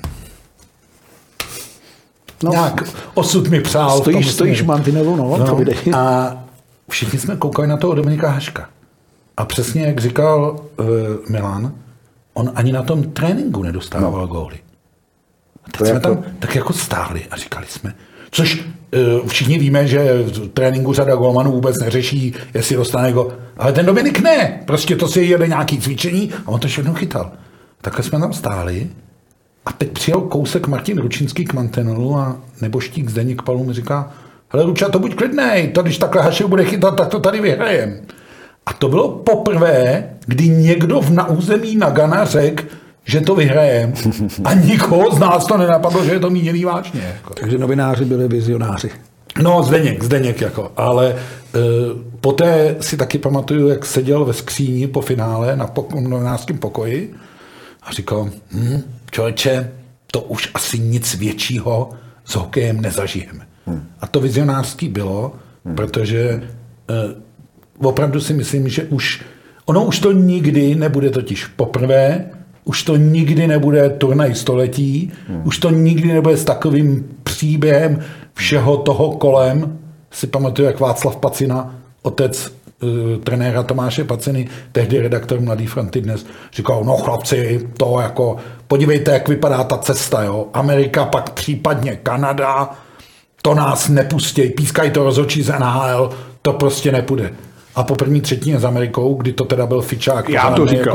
Nějak osud mi přál. Stojíš mantinelu, no. A všichni jsme koukali na toho Dominika Haška. A přesně jak říkal Milan, on ani na tom tréninku nedostával góly. A teď jsme tam tak jako stáli a říkali jsme, Což všichni víme, že v tréninku řada golmanů vůbec neřeší, jestli dostane gol. Ale ten Dominik ne. Prostě to si jede nějaký cvičení a on to všechno chytal. Takhle jsme tam stáli a teď přijel kousek Martin Ručinský k mantinelu a neboštík Zdeněk Palu mi říká, hele Ruča, to buď klidnej, to když takhle Hašek bude chytat, tak to tady vyhrajem. A to bylo poprvé, kdy někdo na území Nagana řekl, že to vyhrajem. A nikoho z nás to nenapadlo, že je to míněný vážně. Jako. Takže novináři byli vizionáři. No, Zdeněk jako. Ale poté si taky pamatuju, jak seděl ve skříni po finále na novinářském pokoji a říkal, člověče, to už asi nic většího s hokejem nezažijeme. A to vizionářský bylo, protože opravdu si myslím, že už to nikdy nebude totiž poprvé, už to nikdy nebude turnaj století, už to nikdy nebude s takovým příběhem všeho toho kolem. Si pamatuju, jak Václav Pacina, otec trenéra Tomáše Paciny, tehdy redaktor Mladý fronty Dnes, říkal, no chlapci, to jako, podívejte, jak vypadá ta cesta, jo. Amerika, pak případně Kanada, to nás nepustí, pískají to rozhodčí z NHL, to prostě nepůjde. A po první třetině s Amerikou, kdy to teda byl fičák. Já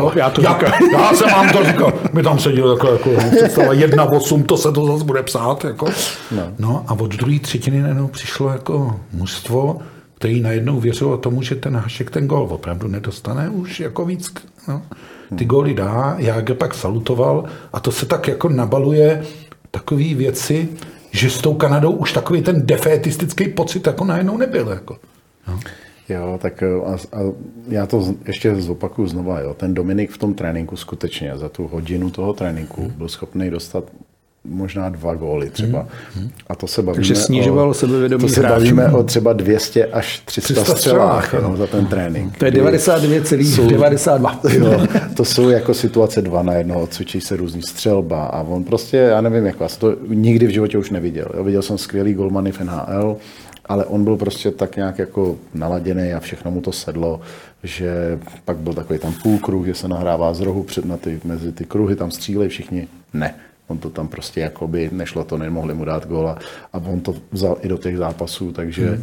jsem vám to říkal. My tam seděli jako 1-8, to se to zase bude psát. Jako. No a od druhé třetiny najednou přišlo jako mužstvo, který najednou věřilo tomu, že ten Hašek ten gól opravdu nedostane už jako víc. No. Ty góly dá, Jágr pak salutoval a to se tak jako nabaluje takový věci, že s tou Kanadou už takový ten defétistický pocit jako najednou nebyl. Jako. No. Jo, tak a já to ještě zopakuju znova. Jo. Ten Dominik v tom tréninku skutečně za tu hodinu toho tréninku byl schopný dostat možná 2 góly třeba. A to se bavíme, takže snižoval sebevědomí to se bavíme o třeba 200 až 300 střelách za ten trénink. To je 99,92. To jsou jako situace 2 na 1, cvičí se různý střelba a on prostě, já nevím, jak vás to nikdy v životě už neviděl. Jo. Viděl jsem skvělý golmany v NHL, ale on byl prostě tak nějak jako naladěný a všechno mu to sedlo, že pak byl takový tam půlkruh, že se nahrává z rohu mezi ty kruhy, tam střílej všichni. Ne, on to tam prostě jakoby nešlo to, nemohli mu dát góla a on to vzal i do těch zápasů, takže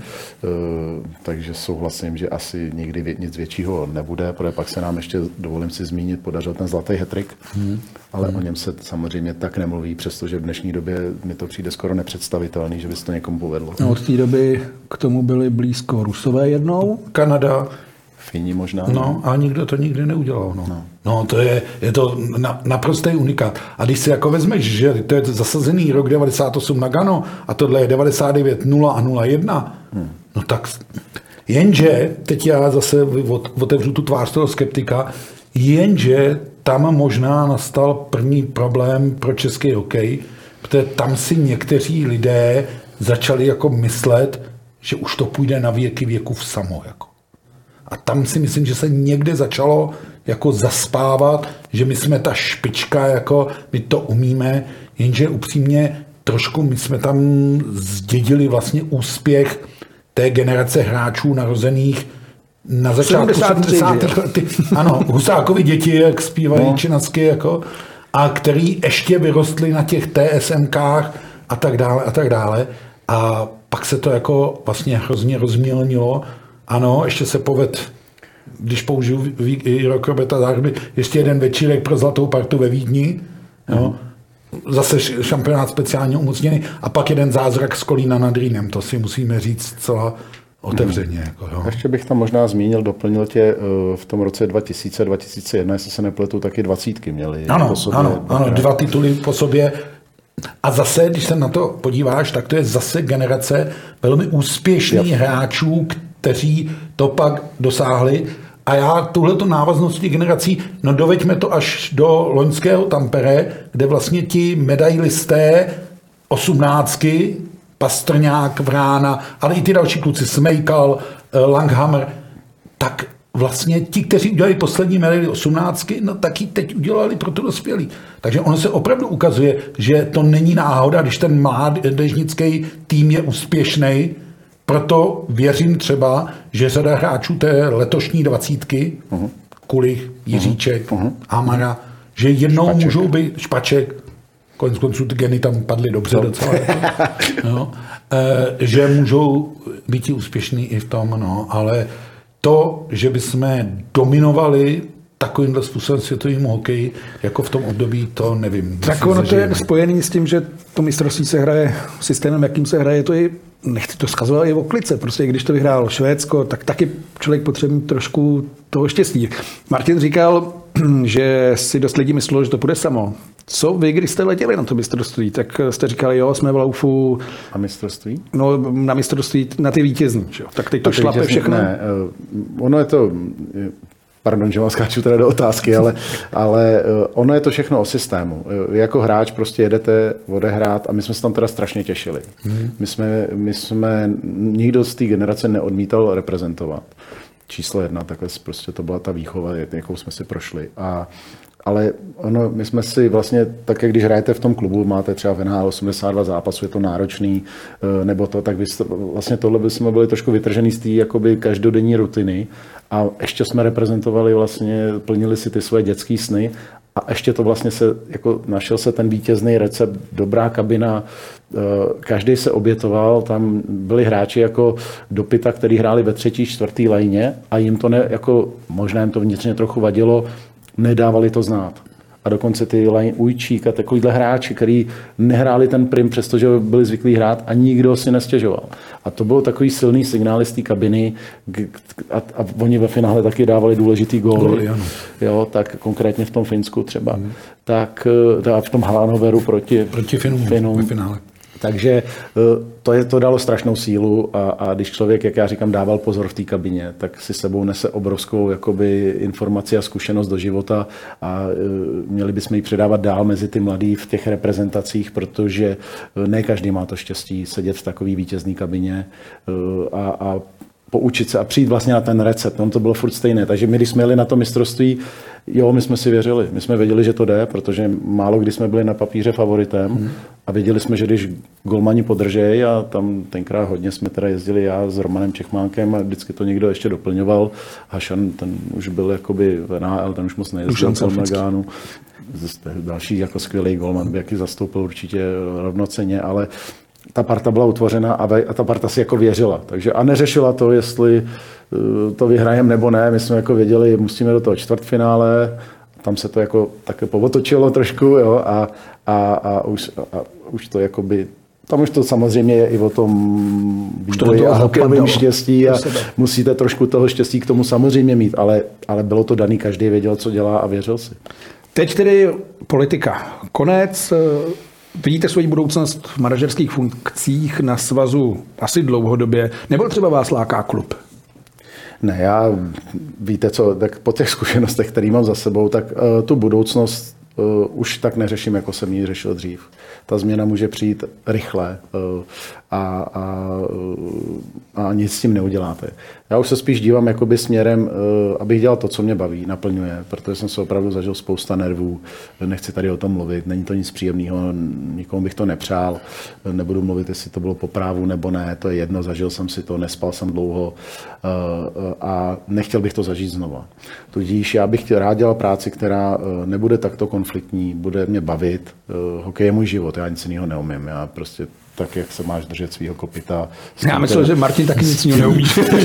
souhlasím, že asi nikdy nic většího nebude, protože pak se nám ještě, dovolím si zmínit, podařil ten zlatý hat-trick, ale o něm se samozřejmě tak nemluví, přestože v dnešní době mi to přijde skoro nepředstavitelný, že by se to někomu povedlo. No, od té doby k tomu byli blízko Rusové jednou. Kanada. Fini možná. No, a nikdo to nikdy neudělal. No to je to naprostý unikát. A když si jako vezmeš, že to je zasazený rok 98 na Gano a tohle je 99 0 a 01, no tak jenže, teď já zase otevřu tu tvář toho skeptika, jenže tam možná nastal první problém pro český hokej, protože tam si někteří lidé začali jako myslet, že už to půjde na věky věkův samo. Jako. A tam si myslím, že se někde začalo jako zaspávat, že my jsme ta špička, jako my to umíme, jenže upřímně trošku my jsme tam zdědili vlastně úspěch té generace hráčů narozených na začátku 70. let. Ano, Husákovi děti, jak zpívají činacky, jako, a který ještě vyrostli na těch TSMkách a tak dále. A pak se to jako vlastně hrozně rozmělnilo. Ano, ještě se povedl, když použiju výrok Roberta Záhrby, ještě jeden večírek pro Zlatou partu ve Vídni. Jo. Zase šampionát speciálně umocněný a pak jeden zázrak z Kolína nad Rýnem. To si musíme říct celá otevřeně. Jako, jo. Ještě bych tam možná zmínil, doplnil tě v tom roce 2000-2001, jestli se nepletu, taky 20 měli. Ano, 2 tituly po sobě. A zase, když se na to podíváš, tak to je zase generace velmi úspěšných hráčů, kteří to pak dosáhli. A já tuhleto návaznost těch generací, no doveďme to až do loňského Tampere, kde vlastně ti medailisté 18, Pastrňák, Vrána, ale i ty další kluci, Smejkal, Langhammer, tak vlastně ti, kteří udělali poslední medaili 18, no taky teď udělali pro to dospělí. Takže ono se opravdu ukazuje, že to není náhoda, když ten mládežnický tým je úspěšný. Proto věřím třeba, že řada hráčů té letošní 20, Kulich, Jiříček, Hamara, že jednou můžou být Špaček, konec konců ty geny tam padly dobře docela, no, že můžou být úspěšní i v tom, no, ale to, že bychom dominovali takovýmhle způsobem světovému hokeji, jako v tom období, to nevím. Tak ono to je spojený s tím, že to mistrovství se hraje systémem, jakým se hraje, to i, nechci to zkazovat, i v oklice. Prostě když to vyhrál Švédsko, tak taky člověk potřebuje trošku toho štěstí. Martin říkal, že si dost lidí myslelo, že to půjde samo. Co vy, když jste letěli na to mistrovství, tak jste říkali, jo, jsme v laufu. A mistrovství? No, na mistrovství, na ty vítězní. Tak teď to šlape všechno. Ne, ono je to... Pardon, že vám skáču teda do otázky, ale ono je to všechno o systému. Vy jako hráč prostě jedete odehrát a my jsme se tam teda strašně těšili. My jsme nikdo z té generace neodmítal reprezentovat. Číslo 1, takhle prostě to byla ta výchova, jakou jsme si prošli. Ale ono, my jsme si vlastně, tak jak když hrajete v tom klubu, máte třeba v NHL 82 zápasů, je to náročný, nebo to, tak vlastně tohle bychom byli trošku vytržený z té jakoby každodenní rutiny a ještě jsme reprezentovali vlastně, plnili si ty svoje dětské sny a ještě to vlastně se, jako našel se ten vítězný recept, dobrá kabina, každý se obětoval, tam byli hráči jako Dopita, který hráli ve 3., 4. lajně a jim to jako možná jim to vnitřně trochu vadilo, nedávali to znát. A dokonce ty Ujčík a takovýhle hráči, který nehráli ten prim, přestože byli zvyklí hrát a nikdo si nestěžoval. A to bylo takový silný signál z té kabiny a oni ve finále taky dávali důležitý góly. Jo, tak konkrétně v tom Finsku třeba. Tak v tom Hanoveru proti Finům. Ve finále. Takže to dalo strašnou sílu a když člověk, jak já říkám, dával pozor v té kabině, tak si sebou nese obrovskou jakoby, informaci a zkušenost do života a měli bychom ji předávat dál mezi ty mladí v těch reprezentacích, protože ne každý má to štěstí sedět v takové vítězné kabině a poučit se a přijít vlastně na ten recept. On to bylo furt stejné. Takže my, když jsme jeli na to mistrovství, jo, my jsme si věřili. My jsme věděli, že to jde, protože málo kdy jsme byli na papíře favoritem a věděli jsme, že když golmani podržejí a tam tenkrát hodně jsme teda jezdili já s Romanem Čechmánkem a vždycky to někdo ještě doplňoval. Hašan, ten už byl jakoby v NHL, ten už moc nejezdil v Megánu. Další jako skvělý golman, by jaký zastoupil určitě rovnocenně, ale ta parta byla utvořena a ta parta si jako věřila. Takže a neřešila to, jestli to vyhrajeme nebo ne. My jsme jako věděli, musíme do toho čtvrtfinále. Tam se to jako také povotočilo trošku, jo, a už to jakoby tam už to samozřejmě je i o tom vývoji a hokejovém štěstí a musíte trošku toho štěstí k tomu samozřejmě mít, ale bylo to daný, každý věděl, co dělá a věřil si. Teď tedy politika. Konec. Vidíte svoji budoucnost v manažerských funkcích na svazu asi dlouhodobě, nebo třeba vás láká klub? Ne, víte co, tak po těch zkušenostech, které mám za sebou, tak tu budoucnost už tak neřeším, jako jsem ji řešil dřív. Ta změna může přijít rychle a nic s tím neuděláte. Já už se spíš dívám jakoby směrem, abych dělal to, co mě baví, naplňuje, protože jsem se opravdu zažil spousta nervů, nechci tady o tom mluvit, není to nic příjemného, nikomu bych to nepřál, nebudu mluvit, jestli to bylo po právu nebo ne, to je jedno, zažil jsem si to, nespal jsem dlouho a nechtěl bych to zažít znova. Tudíž já bych rád dělal práci, která nebude takto konfliktní, bude mě bavit, hokej je můj život, já nic jiného neumím, já prostě tak, jak se máš držet svýho kopyta. Já myslím, že Martin taky nic neumí.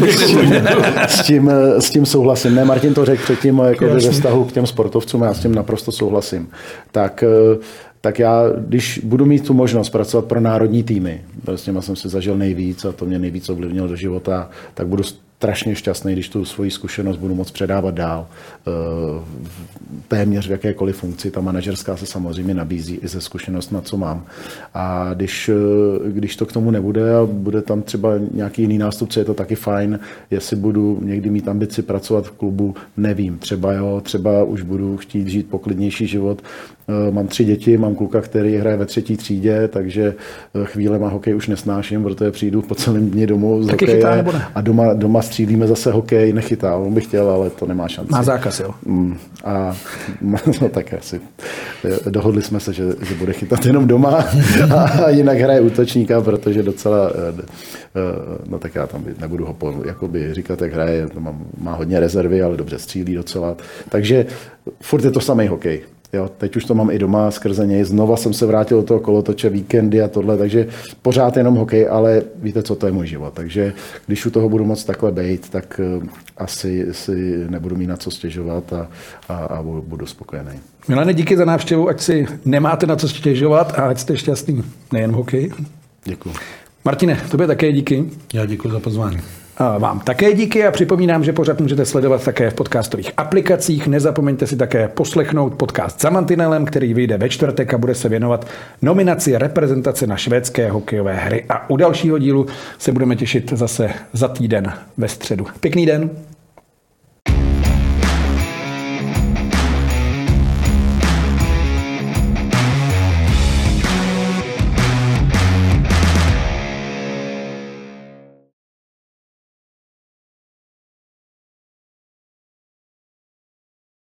S tím souhlasím. Ne, Martin to řekl předtím jako ve vztahu k těm sportovcům, já s tím naprosto souhlasím. Tak já, když budu mít tu možnost pracovat pro národní týmy, s těma jsem si zažil nejvíc a to mě nejvíc ovlivnilo do života, tak budu strašně šťastný, když tu svoji zkušenost budu moct předávat dál. Téměř v jakékoliv funkci. Ta manažerská se samozřejmě nabízí i ze zkušenostmi, co mám. A když to k tomu nebude a bude tam třeba nějaký jiný nástupce, je to taky fajn. Jestli budu někdy mít ambici pracovat v klubu, nevím. Třeba už budu chtít žít poklidnější život. Mám 3 děti, mám kluka, který hraje ve 3. třídě, takže chvílema hokej už nesnáším, protože přijdu po celém dni domů z hokeje a doma střílíme zase hokej, nechytá. On by chtěl, ale to nemá šanci. Má zákaz, jo. No tak asi. Dohodli jsme se, že bude chytat jenom doma a jinak hraje útočníka, protože docela, no tak já tam nebudu ho jakoby říkat, jak hraje, má hodně rezervy, ale dobře střílí docela. Takže furt je to samý hokej. Jo, teď už to mám i doma skrze něj. Znova jsem se vrátil do toho kolotoče, víkendy a tohle, takže pořád jenom hokej, ale víte, co to je můj život. Takže když u toho budu moc takhle bejt, tak asi si nebudu mít na co stěžovat a budu spokojený. Milane, díky za návštěvu, ať si nemáte na co stěžovat a ať jste šťastný, nejen v hokeji. Děkuji. Martine, tobě také díky. Já děkuji za pozvání. A vám také díky a připomínám, že pořád můžete sledovat také v podcastových aplikacích. Nezapomeňte si také poslechnout podcast za mantinelem, který vyjde ve čtvrtek a bude se věnovat nominaci reprezentace na švédské hokejové hry. A u dalšího dílu se budeme těšit zase za týden ve středu. Pěkný den.